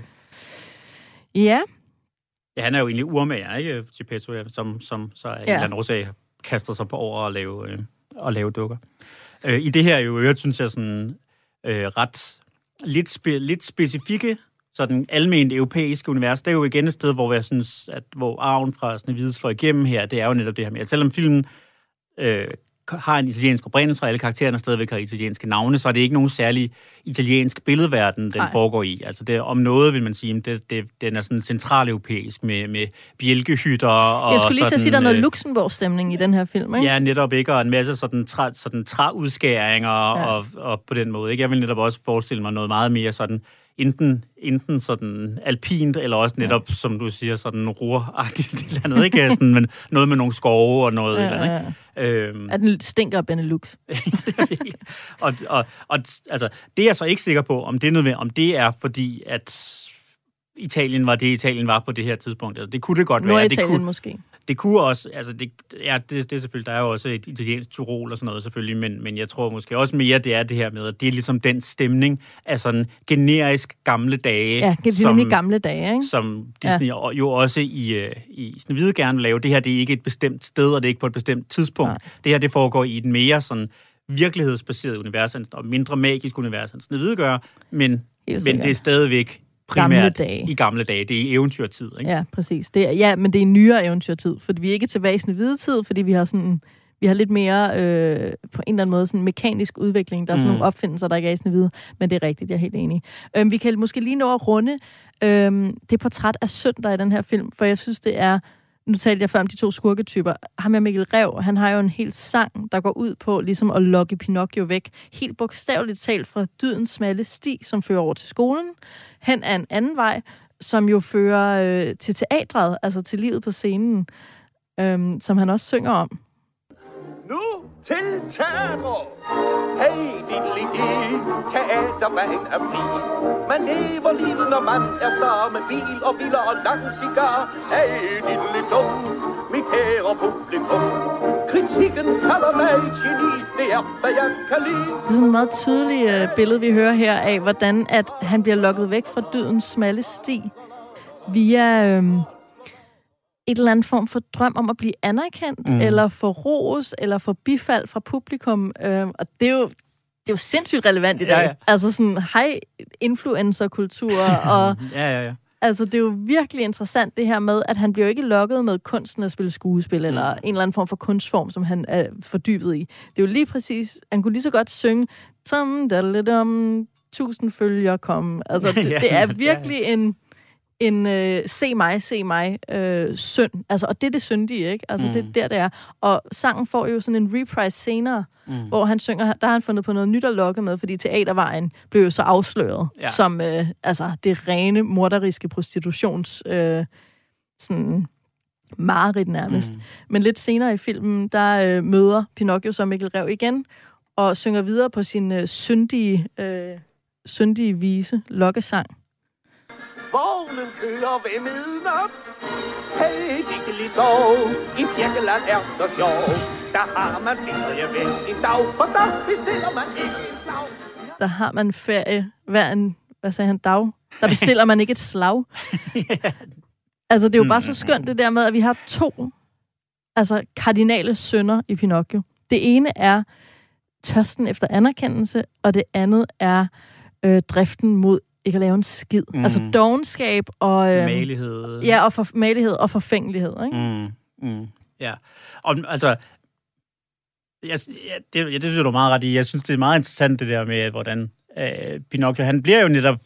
Ja. Ja, han er jo egentlig urmager, ikke? Geppetto, som så er en eller anden årsag kaster sig på over at lave dukker. I det her jo øvrigt, synes jeg, sådan ret lidt specifikke, sådan alment europæiske univers. Det er jo igen et sted, hvor jeg synes, hvor arven fra Snehvide slår igennem her, det er jo netop det her med, at selvom filmen har en italiensk oprindelse, og alle karaktererne stadigvæk har italienske navne, så er det ikke nogen særlig italiensk billedverden, den foregår i. Altså det, om noget, vil man sige, den er sådan centraleuropæisk med bjælkehytter og jeg skulle lige til at sige, der er noget Luxembourg-stemning i den her film, ikke? Ja, netop ikke, og en masse sådan træudskæringer og på den måde, ikke? Jeg vil netop også forestille mig noget meget mere sådan enten sådan alpint, eller også netop, som du siger, sådan ruragtigt eller andet, ikke? Sådan, men noget med nogle skove og noget eller andet, ikke? At den stinker af Benelux. og altså, det er jeg så ikke sikker på, om det er fordi, at Italien var det, Italien var på det her tidspunkt. Altså, det kunne det godt være. Norditalien måske. Det kunne også, altså det er selvfølgelig, der er jo også et italiensk Tyrol og sådan noget selvfølgelig, men jeg tror måske også mere, det er det her med, at det er ligesom den stemning af sådan generisk gamle dage. Ja, det er nemlig gamle dage, ikke? Som Disney jo også i Snehvide gerne vil lave. Det her, det er ikke et bestemt sted, og det er ikke på et bestemt tidspunkt. Nej. Det her, det foregår i et mere sådan virkelighedsbaseret univers, og mindre magisk univers, end Snehvide gør, men det er stadigvæk primært i gamle dage. Det er i eventyrtid, ikke? Ja, præcis. Men det er nyere eventyrtid, fordi vi er ikke tilbage i Snehvide-tid, fordi vi har lidt mere på en eller anden måde sådan mekanisk udvikling. Der er sådan nogle opfindelser, der ikke er i Snehvide, men det er rigtigt, jeg er helt enig. Vi kan måske lige nå at runde det portræt af Sønder i den her film, for jeg synes, det er. Nu talte jeg før om de to skurketyper. Ham med Mikkel Rev, han har jo en hel sang, der går ud på ligesom at lokke Pinocchio væk. Helt bogstaveligt talt fra dydens smalle sti, som fører over til skolen, hen ad en anden vej, som jo fører til teatret, altså til livet på scenen, som han også synger om. Nu til teater! Hey, diddly-di, teatervejen er fri. Man lever livet, når man er star med bil og villa og lang cigar. Hey, diddly-dum, mit kære publikum. Kritikken kalder mig et geni, det er, hvad jeg kan lide. Det er sådan et meget tydeligt billede, vi hører her af, hvordan at han bliver lokket væk fra dydens smalle sti via et eller andet form for drøm om at blive anerkendt, eller få ros, eller få bifald fra publikum. Og det er jo sindssygt relevant i dag. Ja. Altså sådan high influencer-kultur. Og ja. Altså, det er jo virkelig interessant det her med, at han bliver jo ikke lokket med kunsten at spille skuespil, eller en eller anden form for kunstform, som han er fordybet i. Det er jo lige præcis, han kunne lige så godt synge, som der lidt om 1000 følger kom. Altså, det er virkelig en se mig, synd. Altså, og det er det syndige, ikke? Altså, det er det er. Og sangen får jo sådan en reprise senere, hvor han synger, der har han fundet på noget nyt at lokke med, fordi teatervejen blev jo så afsløret som det rene, morderiske prostitutions sådan mareridt nærmest. Men lidt senere i filmen, der møder Pinocchio så Mikkel Rev igen, og synger videre på sin syndige vise, lokkesang. Vognen kører ved midnat. Hey, diggelig dog, i Birkeland er der sjov. Der har man ferie ved en dag, for der bestiller man ikke et slag. Der har man ferie hver en, hvad sagde han, dag? Der bestiller man ikke et slag. Altså, det er jo bare så skønt det der med, at vi har to kardinale synder i Pinocchio. Det ene er tørsten efter anerkendelse, og det andet er driften mod ikke at lave en skid. Altså dovenskab og malighed. Ja, og malighed og forfængelighed, ikke? Ja. Og altså det synes jeg du er meget ret i. Jeg synes det er meget interessant det der med hvordan Pinocchio, han bliver jo netop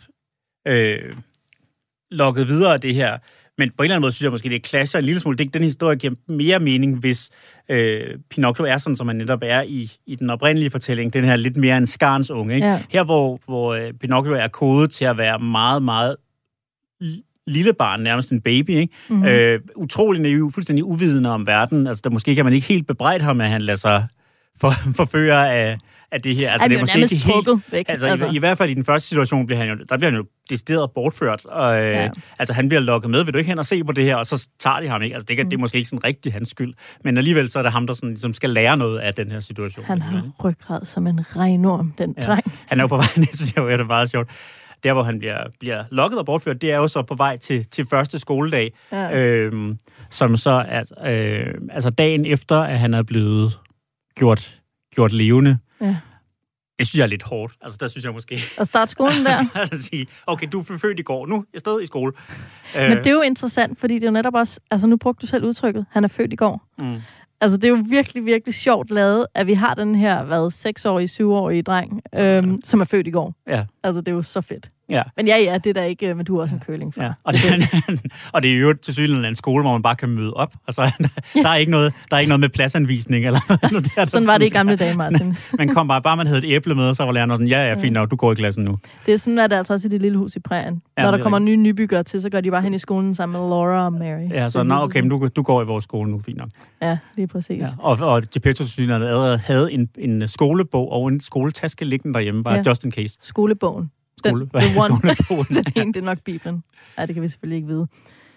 lokket videre af det her. Men på en eller anden måde synes jeg måske, det clasher en lille smule. Den historie giver mere mening, hvis Pinocchio er sådan, som han netop er i den oprindelige fortælling. Den her lidt mere en skarns unge. Ikke? Ja. Her, hvor Pinocchio er kodet til at være meget, meget lille barn, nærmest en baby, ikke? Mm-hmm. Utrolig naiv, fuldstændig uvidende om verden. Altså, der måske kan man ikke helt bebrejde ham, at han lader sig forføre af det her. Altså, det er måske ikke helt væk. Altså. I hvert fald i den første situation bliver han jo decideret bortført, og altså han bliver lukket med, vil du ikke hen og se på det her, og så tager de ham ikke. Altså det er måske ikke sådan rigtig hans skyld, men alligevel så er det ham, der sådan, ligesom skal lære noget af den her situation. Han har ryggrad som en regnorm, den dreng. Han er jo på vej ned, synes jeg, det er meget sjovt. Der, hvor han bliver lukket og bortført, det er jo så på vej til første skoledag, som så er altså dagen efter, at han er blevet gjort levende. Ja. Det synes jeg er lidt hårdt. Altså, der synes jeg måske... At starte skolen der? At sige, okay, du er født i går, nu er jeg stadig i skole. Men det er jo interessant, fordi det er jo netop også... Altså, nu brugte du selv udtrykket, han er født i går. Mm. Altså, det er jo virkelig, virkelig sjovt lavet, at vi har den her, 6-årige, 7-årige dreng, som er født i går. Ja. Altså, det er jo så fedt. Ja. Men ja, det er der ikke, men du er også en curling for. Ja. Og det er jo til synligheden en skole, hvor man bare kan møde op. Altså, der er ikke noget med pladsanvisning eller noget der. Sådan var det i gamle dage, Martin. Man kom bare man havde et æble med, så var læreren sådan, ja, fint nok, du går i klassen nu. Det er sådan, at det altså også i det lille hus i prærien. Ja, når der kommer nye nybyggere til, så går de bare hen i skolen sammen med Laura og Mary. Ja, så okay, men du går i vores skole nu, fint nok. Ja, lige præcis. Ja. Og Geppetto synligheden havde en skolebog og en skoletaske liggende derhjemme, bare just in case. Skolebogen. The one. Den ene, det er nok Bibelen. Ja, det kan vi selvfølgelig ikke vide.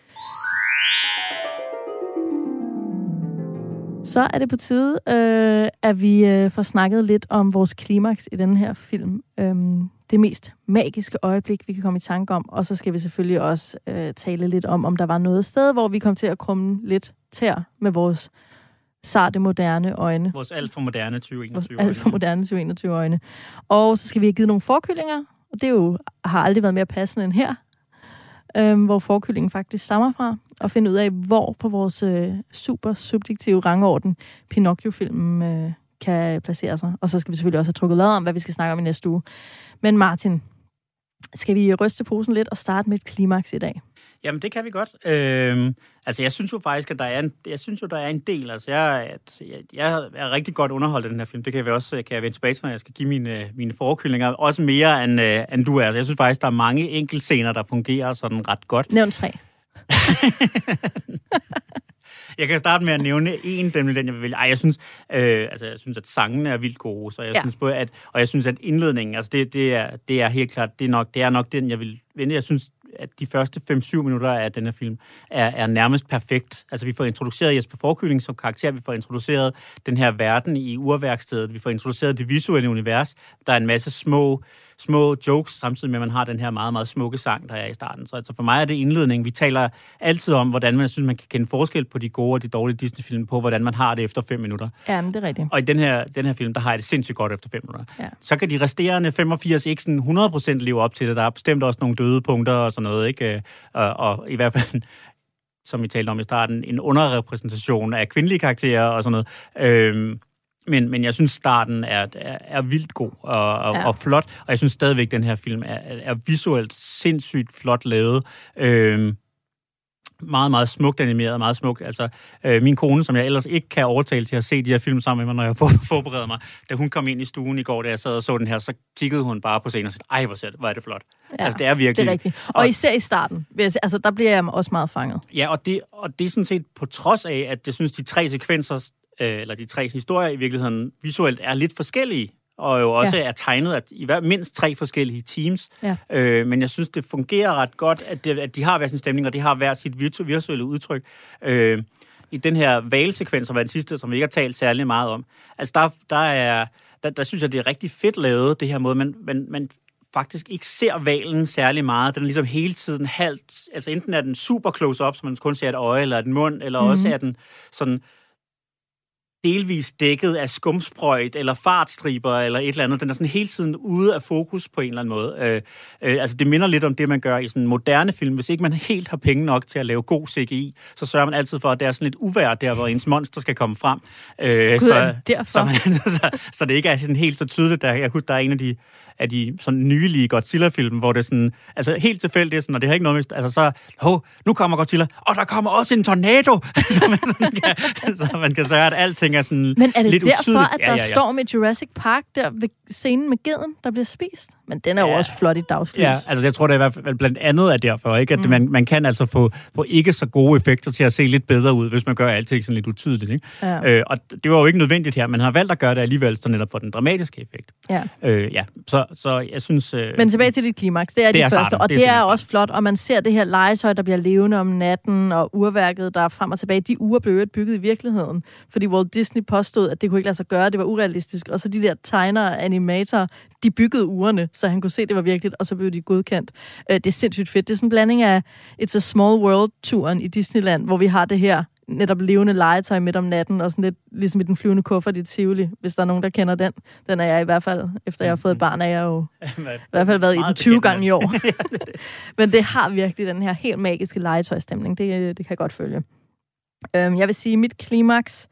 Så er det på tide, at vi får snakket lidt om vores klimaks i denne her film. Det mest magiske øjeblik, vi kan komme i tanke om. Og så skal vi selvfølgelig også tale lidt om der var noget sted, hvor vi kom til at krumme lidt tær med vores sarte, moderne øjne. Vores alt for moderne 2021 øjne. Alt for moderne 2021 øjne. Og så skal vi have givet nogle forkyllinger. Og det har aldrig været mere passende end her, hvor forkyllingen faktisk stammer fra, og finde ud af, hvor på vores super subjektive rangorden Pinocchio-filmen kan placere sig. Og så skal vi selvfølgelig også have trukket lod om, hvad vi skal snakke om i næste uge. Men Martin, skal vi ryste posen lidt og starte med et klimaks i dag? Jamen, det kan vi godt. Altså, jeg synes jo faktisk, at der er en del. Altså, jeg er rigtig godt underholdt af den her film. Det kan jeg vende tilbage til, når jeg skal give mine forkyllinger. Også mere, end du er. Altså, jeg synes faktisk, der er mange enkeltscener, der fungerer sådan ret godt. Nævn 3. Jeg kan starte med at nævne en, den jeg vil vælge. Jeg synes, at sangene er vildt gode, så jeg synes, at indledningen, altså det er helt klart, det er nok den, jeg vil vælge. Jeg synes, at de første 5-7 minutter af den her film er nærmest perfekt. Altså, vi får introduceret Jesper Fårekylling som karakter, vi får introduceret den her verden i urværkstedet, vi får introduceret det visuelle univers, der er en masse små jokes, samtidig med, at man har den her meget, meget smukke sang, der er i starten. Så altså for mig er det indledning. Vi taler altid om, hvordan man synes, man kan kende forskel på de gode og de dårlige Disney-film, på hvordan man har det efter 5 minutter. Ja, men det er rigtigt. Og i den her film, der har jeg det sindssygt godt efter 5 minutter. Ja. Så kan de resterende 85 ikke sådan 100% leve op til det. Der er bestemt også nogle døde punkter og sådan noget, ikke? Og i hvert fald, som vi talte om i starten, en underrepræsentation af kvindelige karakterer og sådan noget. Men jeg synes, starten er vildt god og flot, og jeg synes stadigvæk, den her film er visuelt sindssygt flot lavet. Meget, meget smukt animeret, meget smukt. Altså, min kone, som jeg ellers ikke kan overtale til at se de her film sammen med mig, når jeg forbereder mig, da hun kom ind i stuen i går, da jeg sad og så den her, så kiggede hun bare på scenen og sagde, ej, hvor er det flot. Ja, altså, det er virkelig... Det er rigtigt. Og især i starten, altså, der bliver jeg også meget fanget. Ja, og det er sådan set på trods af, at jeg synes, de 3 sekvenser, eller de 3 historier i virkeligheden visuelt er lidt forskellige, og jo også er tegnet af mindst 3 forskellige teams. Ja. Men jeg synes, det fungerer ret godt, at de har hver sin stemning, og de har hver sit visuelle udtryk. I den her valsekvens, som er den sidste, som vi ikke har talt særlig meget om, altså der synes jeg, det er rigtig fedt lavet, det her måde, man faktisk ikke ser hvalen særlig meget. Den er ligesom hele tiden halvt, altså enten er den super close-up, så man kun ser et øje eller et mund, eller også er den sådan delvis dækket af skumsprøjt eller fartstriber eller et eller andet. Den er sådan hele tiden ude af fokus på en eller anden måde. Altså det minder lidt om det, man gør i sådan en moderne film. Hvis ikke man helt har penge nok til at lave god CGI, så sørger man altid for, at det er sådan lidt uvejr der, hvor ens monster skal komme frem. Så det ikke er sådan helt så tydeligt. Jeg husker, der er en af de sådan nylige Godzilla-film, hvor det er sådan, altså helt tilfældigt, sådan, og det har ikke noget med, altså nu kommer Godzilla, og der kommer også en tornado, så man kan sørge, at alting slutningen er sådan lidt Men er det lidt derfor, utydeligt. at der står med Jurassic Park der ved scenen med geden, der bliver spist? Men den er jo også flot i dagslys. Ja, altså jeg tror, det er i hvert fald blandt andet er derfor, ikke? At man kan altså få ikke så gode effekter til at se lidt bedre ud, hvis man gør alting sådan lidt utydeligt, ikke? Ja. Og det var jo ikke nødvendigt her, men har valgt at gøre det alligevel, så netop for den dramatiske effekt. Ja. Så jeg synes... Men tilbage til dit klimaks, det er de første, starten. og det er også flot, og man ser det her legetøj, der bliver levende om natten, og urværket, der er frem og tilbage. De uger blev jo bygget i virkeligheden, fordi Walt Disney påstod, at det kunne ikke lade sig gøre, det var urealistisk, og så de der tegnere og animatorer, de byggede ugerne, så han kunne se, det var virkeligt, og så blev de godkendt. Det er sindssygt fedt. Det er sådan en blanding af It's a Small World-turen i Disneyland, hvor vi har det her netop levende legetøj midt om natten, og sådan lidt ligesom i den flyvende kuffert i Tivoli, hvis der er nogen, der kender den. Den er jeg i hvert fald, efter jeg har fået et barn, er jeg jo i hvert fald været i den 20 gange i år. Men det har virkelig den her helt magiske legetøjstemning. Det kan jeg godt følge. Jeg vil sige, mit klimaks,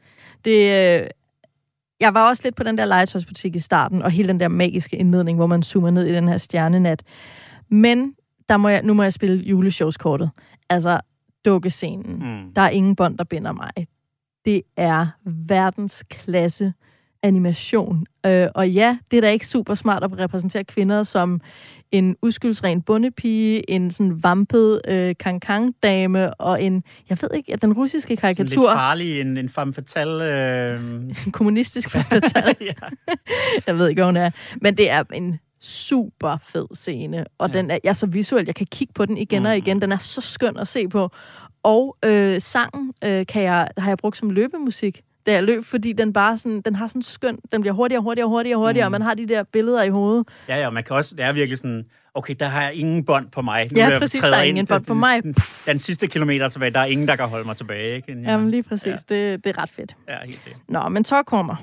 jeg var også lidt på den der legetøjsbutik i starten, og hele den der magiske indledning, hvor man zoomer ned i den her stjernenat. Men nu må jeg spille juleshowskortet. Altså, dukkescenen. Der er ingen bånd, der binder mig. Det er verdensklasse animation. Og ja, det er da ikke super smart at repræsentere kvinder som en uskyldsren bondepige, en sådan vampet kankang-dame, og en, jeg ved ikke, den russiske karikatur... Sådan lidt farlig, en femme fatale... En kommunistisk femme fatale. Jeg ved ikke, hvad hun er. Men det er en super fed scene, og den er så visuel, jeg kan kigge på den igen og igen. Den er så skøn at se på. Og sangen har jeg brugt som løbemusik, da jeg løb, fordi den bare sådan, den har sådan skøn, den bliver hurtigere, og man har de der billeder i hovedet. Ja, man kan også, det er virkelig sådan, okay, der har jeg ingen bånd på mig. Nu præcis, der er ingen bånd på mig. Den sidste kilometer tilbage, der er ingen, der kan holde mig tilbage, ikke? Jamen lige præcis, det er ret fedt. Ja, helt sikkert. Nå, men så kommer.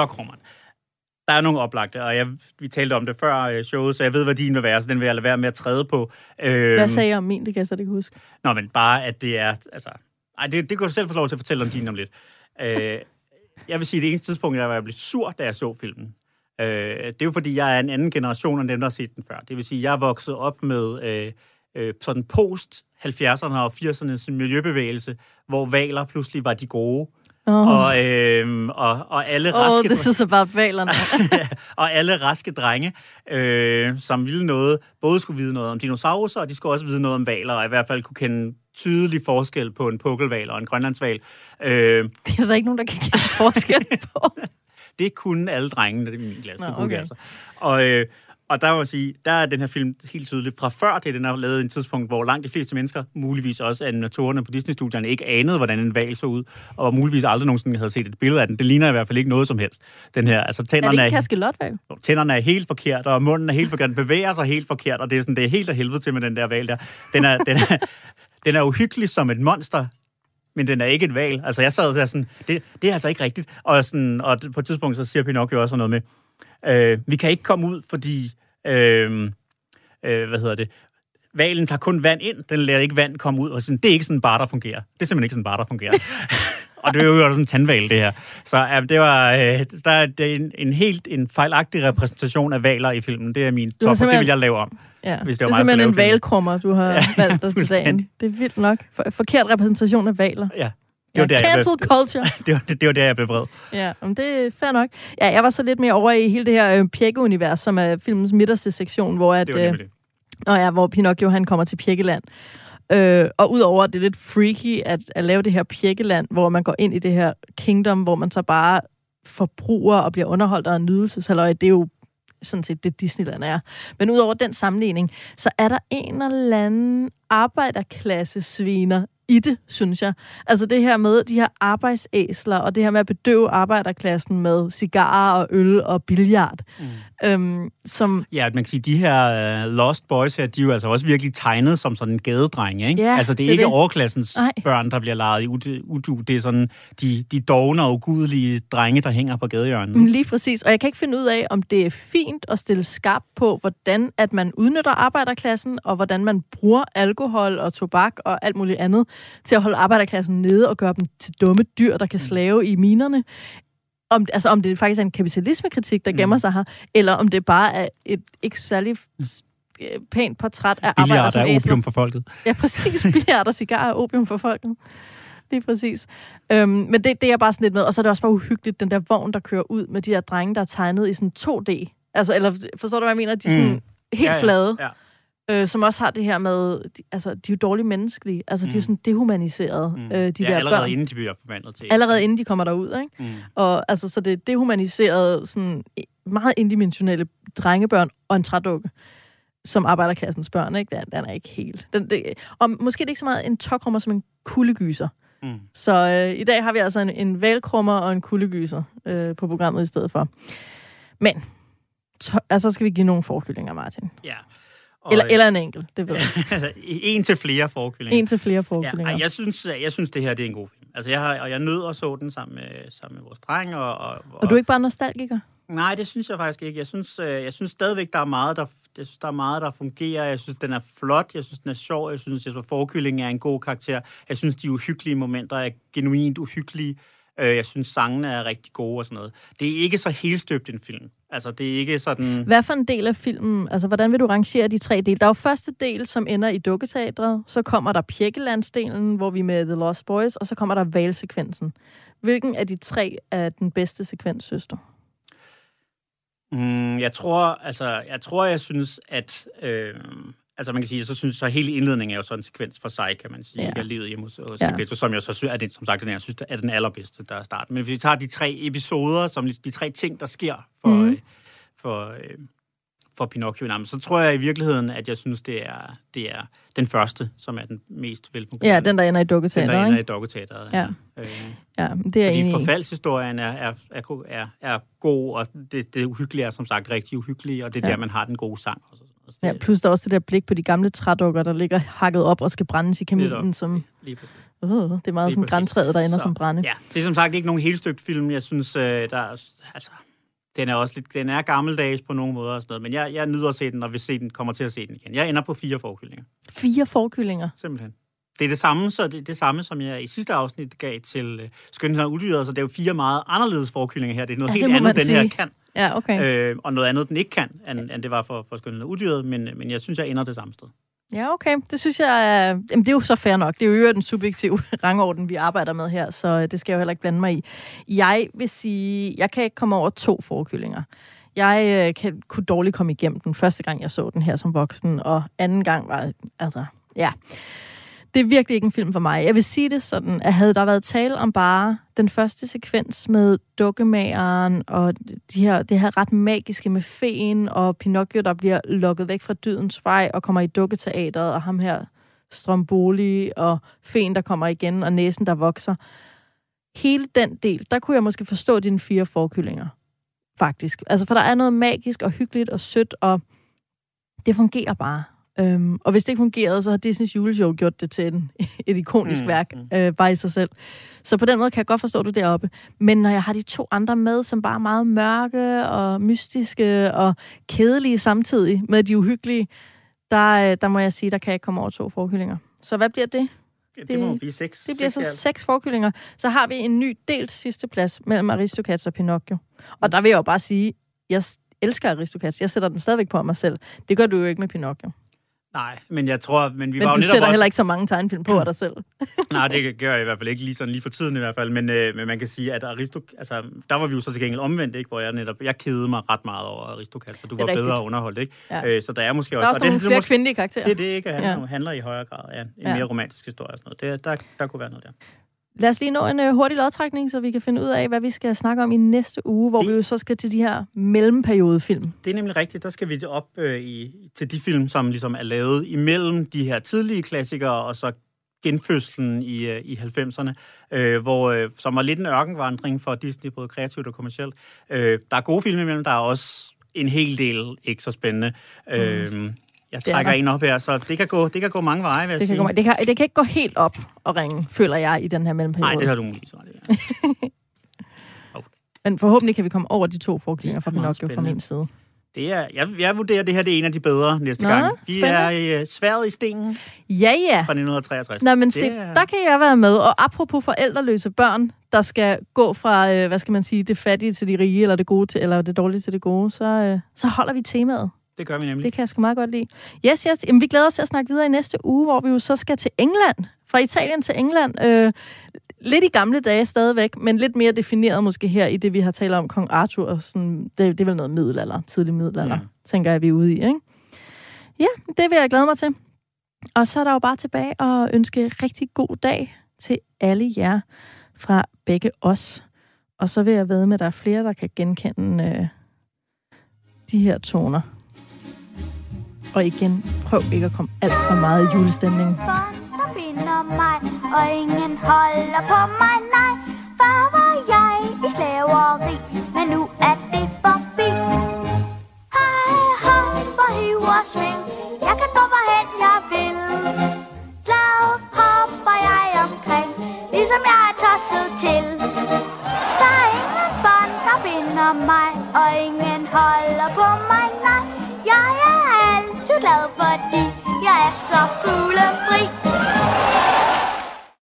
Der er nogle oplagte, og vi talte om det før showet, så jeg ved, hvad din vil være, så den vil jeg lade være med at træde på. Hvad sagde jeg om min? Det kan jeg så ikke huske. Nå, men bare, at det er... Altså, det kan du selv få lov til at fortælle om din om lidt. Jeg vil sige, at det eneste tidspunkt, jeg var blevet sur, da jeg så filmen. Det er jo, fordi jeg er en anden generation end dem, der har set den før. Det vil sige, at jeg er vokset op med sådan post-70'erne og 80'ernes miljøbevægelse, hvor hvaler pludselig var de gode. Og alle raske... det er så bare valerne. Og alle raske drenge, som ville noget, både skulle vide noget om dinosaurer, og de skulle også vide noget om hvaler, og i hvert fald kunne kende tydelig forskel på en pukkelhval og en grønlandshval. Det er der ikke nogen, der kan kende forskel på. Det kunne alle drengene i min klasse. Nå, okay. Altså. Og der må jeg sige, der er den her film helt tydeligt fra før til, den er lavet i en tidspunkt, hvor langt de fleste mennesker, muligvis også animatorerne på Disney-studierne, ikke anede, hvordan en hval så ud, og muligvis aldrig nogensinde havde set et billede af den. Det ligner i hvert fald ikke noget som helst. Den her, altså, tænderne er det ikke kaskelothval? Tænderne er helt forkert, og munden er helt forkert, den bevæger sig helt forkert, og det er helt af helvede til med den der hval der. Den er uhyggelig som et monster, men den er ikke et hval. Altså, jeg sad der sådan, det er altså ikke rigtigt. Og på et tidspunkt, så siger Pinocchio også noget med, vi kan ikke komme ud, fordi hvalen tager kun vand ind, den lader ikke vand komme ud, og sådan, det er ikke sådan bare, der fungerer. Det er simpelthen ikke sådan bare, der fungerer. Og det er jo sådan en tandhval, det her. Så det var der er en fejlagtig repræsentation af hvaler i filmen. Det er min top, og det vil jeg lave om. Ja, hvis det var det er simpelthen en hvalkrummer, du har valgt at sige. Det er vildt nok. Forkert repræsentation af hvaler. Ja. Cancel culture. det var der, jeg blev vred. Ja, men det er fair nok. Ja, jeg var så lidt mere over i hele det her Pjække-univers, som er filmens midterste sektion, hvor hvor Pinocchio han kommer til Pjækkeland. Og udover at det er lidt freaky at lave det her Pjækkeland, hvor man går ind i det her kingdom, hvor man så bare forbruger og bliver underholdt af en nydelseshalløj, det er jo sådan set det Disneyland er. Men udover den sammenligning, så er der en eller anden arbejderklasse sviner i det, synes jeg. Altså det her med de her arbejdsæsler, og det her med at bedøve arbejderklassen med cigarer og øl og billard. Som... Ja, man kan sige, de her Lost Boys her, de er jo altså også virkelig tegnet som sådan en gadedrenge, ikke? Ja, altså det er ikke overklassens børn, der bliver lejet i udu. Det er sådan de dovne og ugudelige drenge, der hænger på gadehjørnet. Lige præcis. Og jeg kan ikke finde ud af, om det er fint at stille skarpt på, hvordan at man udnytter arbejderklassen, og hvordan man bruger alkohol og tobak og alt muligt andet til at holde arbejderklassen nede og gøre dem til dumme dyr, der kan slave i minerne. Om det faktisk er en kapitalismekritik, der gemmer sig her, eller om det bare er et ikke særlig pænt portræt af arbejder som æsler. Opium for folket. Ja, præcis. Billiard og cigarer er opium for folket. lige præcis. Men det er bare sådan lidt med, og så er det også bare uhyggeligt, den der vogn, der kører ud med de der drenge, der er tegnet i sådan 2D. Altså, eller forstår du, hvad jeg mener? De er sådan helt flade. Ja. Som også har det her med, de er jo dårligt menneskelige. Altså, de er jo sådan dehumaniserede, de der allerede børn. inden de bliver forvandlet til. Allerede inden de kommer derud, ikke? Og altså, så det er dehumaniserede, sådan meget indimensionelle drengebørn og en trædukke, som arbejderklassens børn, ikke? Den er ikke helt. Og måske er det ikke så meget en tokrummer som en kuldegyser. Så i dag har vi altså en valkrummer og en kuldegyser på programmet i stedet for. Men, så skal vi give nogle forkyllinger, Martin. Ja. Eller en enkelt, det ved jeg. En til flere forkyllinger. En til flere forkyllinger. Ja, jeg synes, det her det er en god film. Altså, jeg nød og så den sammen med vores dreng. Og du er ikke bare nostalgiker? Nej, det synes jeg faktisk ikke. Jeg synes stadigvæk, der er meget, der fungerer. Jeg synes, den er flot. Jeg synes, den er sjov. Jeg synes, Jesper Fårekylling er en god karakter. Jeg synes, de uhyggelige momenter er genuint uhyggelige. Jeg synes, sangene er rigtig gode og sådan noget. Det er ikke så helstøbt en film. Altså, det er ikke sådan... Hvad for en del af filmen? Altså, hvordan vil du rangere de 3 dele? Der er jo første del, som ender i dukketeatret. Så kommer der Pjekkelandsdelen, hvor vi er med The Lost Boys. Og så kommer der valsekvensen. Hvilken af de 3 er den bedste sekvens, synes du? Jeg synes, at... Altså man kan sige, så hele indledningen er jo sådan en sekvens for sig, kan man sige. Jeg livet hjemme hos Gepetto, som jeg så synes, at som sagt, jeg synes, er den allerbedste, der er starten. Men hvis vi tager de 3 episoder, som de 3 ting, der sker for Pinocchio, så tror jeg i virkeligheden, at jeg synes, det er den første, som er den mest velfungerende. Ja, den der ender i dukketeatret, Den der ender i dukketeatret, ja. Ja, det er fordi forfaldshistorien er god, og det uhyggelige er som sagt rigtig uhyggelige, og det er der, man har den gode sang også. Ja, plus der er også det der blik på de gamle trædukker, der ligger hakket op og skal brændes i kaminen, som... Lige præcis. Det er meget sådan grantræet, der ender som brænde. Ja, det er som sagt ikke nogen helt støbt film. Jeg synes, den er også lidt... Den er gammeldags på nogle måder og sådan noget, men jeg nyder at se den, og vil kommer til at se den igen. Jeg ender på 4 forkyllinger. 4 forkyllinger? Simpelthen. Det er det samme, som jeg i sidste afsnit gav til Skønheden og Udyret, så det er jo 4 meget anderledes forkyllinger her. Det er noget helt andet, den her kan. Ja, okay. Og noget andet, den ikke kan, end det var for Skønheden og Udyret, men jeg synes, jeg ender det samme sted. Ja, okay. Det synes jeg... Jamen, det er jo så fair nok. Det er jo den subjektive rangorden, vi arbejder med her, så det skal jeg jo heller ikke blande mig i. Jeg vil sige, jeg kan ikke komme over 2 forkyllinger. Jeg kunne dårligt komme igennem den første gang, jeg så den her som voksen, og anden gang var... Altså, ja... Det er virkelig ikke en film for mig. Jeg vil sige det sådan, at havde der været tale om bare den første sekvens med dukkemageren og det her ret magiske med feen og Pinocchio, der bliver lukket væk fra dydens vej og kommer i dukketeateret, og ham her Stromboli og feen, der kommer igen, og næsen, der vokser. Hele den del, der kunne jeg måske forstå dine 4 forkyllinger, faktisk. Altså, for der er noget magisk og hyggeligt og sødt, og det fungerer bare. Og hvis det ikke fungerede, så har Disneys juleshow gjort det til et ikonisk værk, bare i sig selv. Så på den måde kan jeg godt forstå det deroppe. Men når jeg har de 2 andre med, som bare er meget mørke og mystiske og kedelige samtidig med de uhyggelige, der må jeg sige, der kan jeg ikke komme over 2 forkyllinger. Så hvad bliver det? Det må blive 6. Det bliver så 6 forkyllinger. Så har vi en ny delt sidste plads mellem Aristocats og Pinocchio. Og der vil jeg jo bare sige, jeg elsker Aristocats. Jeg sætter den stadigvæk på mig selv. Det gør du jo ikke med Pinocchio. Nej, men jeg tror... Men var jo du sætter heller ikke så mange tegnefilm på af dig selv. Nej, det gør jeg i hvert fald ikke lige for tiden i hvert fald. Men man kan sige, at der var vi jo så til gengæld omvendt, ikke? Hvor jeg kedede mig ret meget over Aristocats, så du var bedre underholdt, ikke? Ja. Så der er måske også... Der er også nogle flere kvindelige karakterer. Det er det, ikke? Handler i højere grad af en mere romantisk historie og sådan noget. Der kunne være noget der. Lad os lige nå en hurtig lodtrækning, så vi kan finde ud af, hvad vi skal snakke om i næste uge, hvor vi jo så skal til de her mellemperiodefilm. Det er nemlig rigtigt. Der skal vi op til de film, som ligesom er lavet imellem de her tidlige klassikere og så genfødslen i 90'erne, som var lidt en ørkenvandring for Disney, både kreativt og kommercielt. Der er gode film imellem, der er også en hel del ikke så spændende. Jeg trækker en op her, så det kan gå mange veje, vil jeg sige. Det kan ikke gå helt op og ringe, føler jeg, i den her mellemperiode. Nej, det har du muligvis ret i. Men forhåbentlig kan vi komme over de 2 forkyllinger fra Pinocchio fra min side. Det er, jeg vurderer, det her det er en af de bedre næste gang. Vi spændende. Er Sværdet i stenen ja. Fra 1963. Nå, men der kan jeg være med. Og apropos forældreløse børn, der skal gå fra, det fattige til de rige, eller det gode til, eller det dårlige til det gode, så holder vi temaet. Det gør vi nemlig. Det kan jeg sgu meget godt lide. Yes. Jamen, vi glæder os til at snakke videre i næste uge, hvor vi jo så skal til England. Fra Italien til England. lidt i gamle dage stadigvæk, men lidt mere defineret måske her i det, vi har talt om Kong Arthur. Og sådan, det er vel noget middelalder, tidlig middelalder, tænker jeg, vi er ude i, ikke? Ja, det vil jeg glæde mig til. Og så er der jo bare tilbage og ønske rigtig god dag til alle jer fra begge os. Og så vil jeg vædde med, at der er flere, der kan genkende de her toner. Og igen, prøv ikke at komme alt for meget i julestemningen. Der binder mig, og ingen holder på mig, nej. Før var jeg i slaveri, men nu er det forbi. Hej, hopper, hiver, sving. Jeg kan gå hvorhen jeg vil. Glad hopper jeg omkring, ligesom jeg er tosset til. Der er ingen bånd, der binder mig, og ingen holder på mig, nej. Jeg er altid glad, fordi jeg er så fuglefri.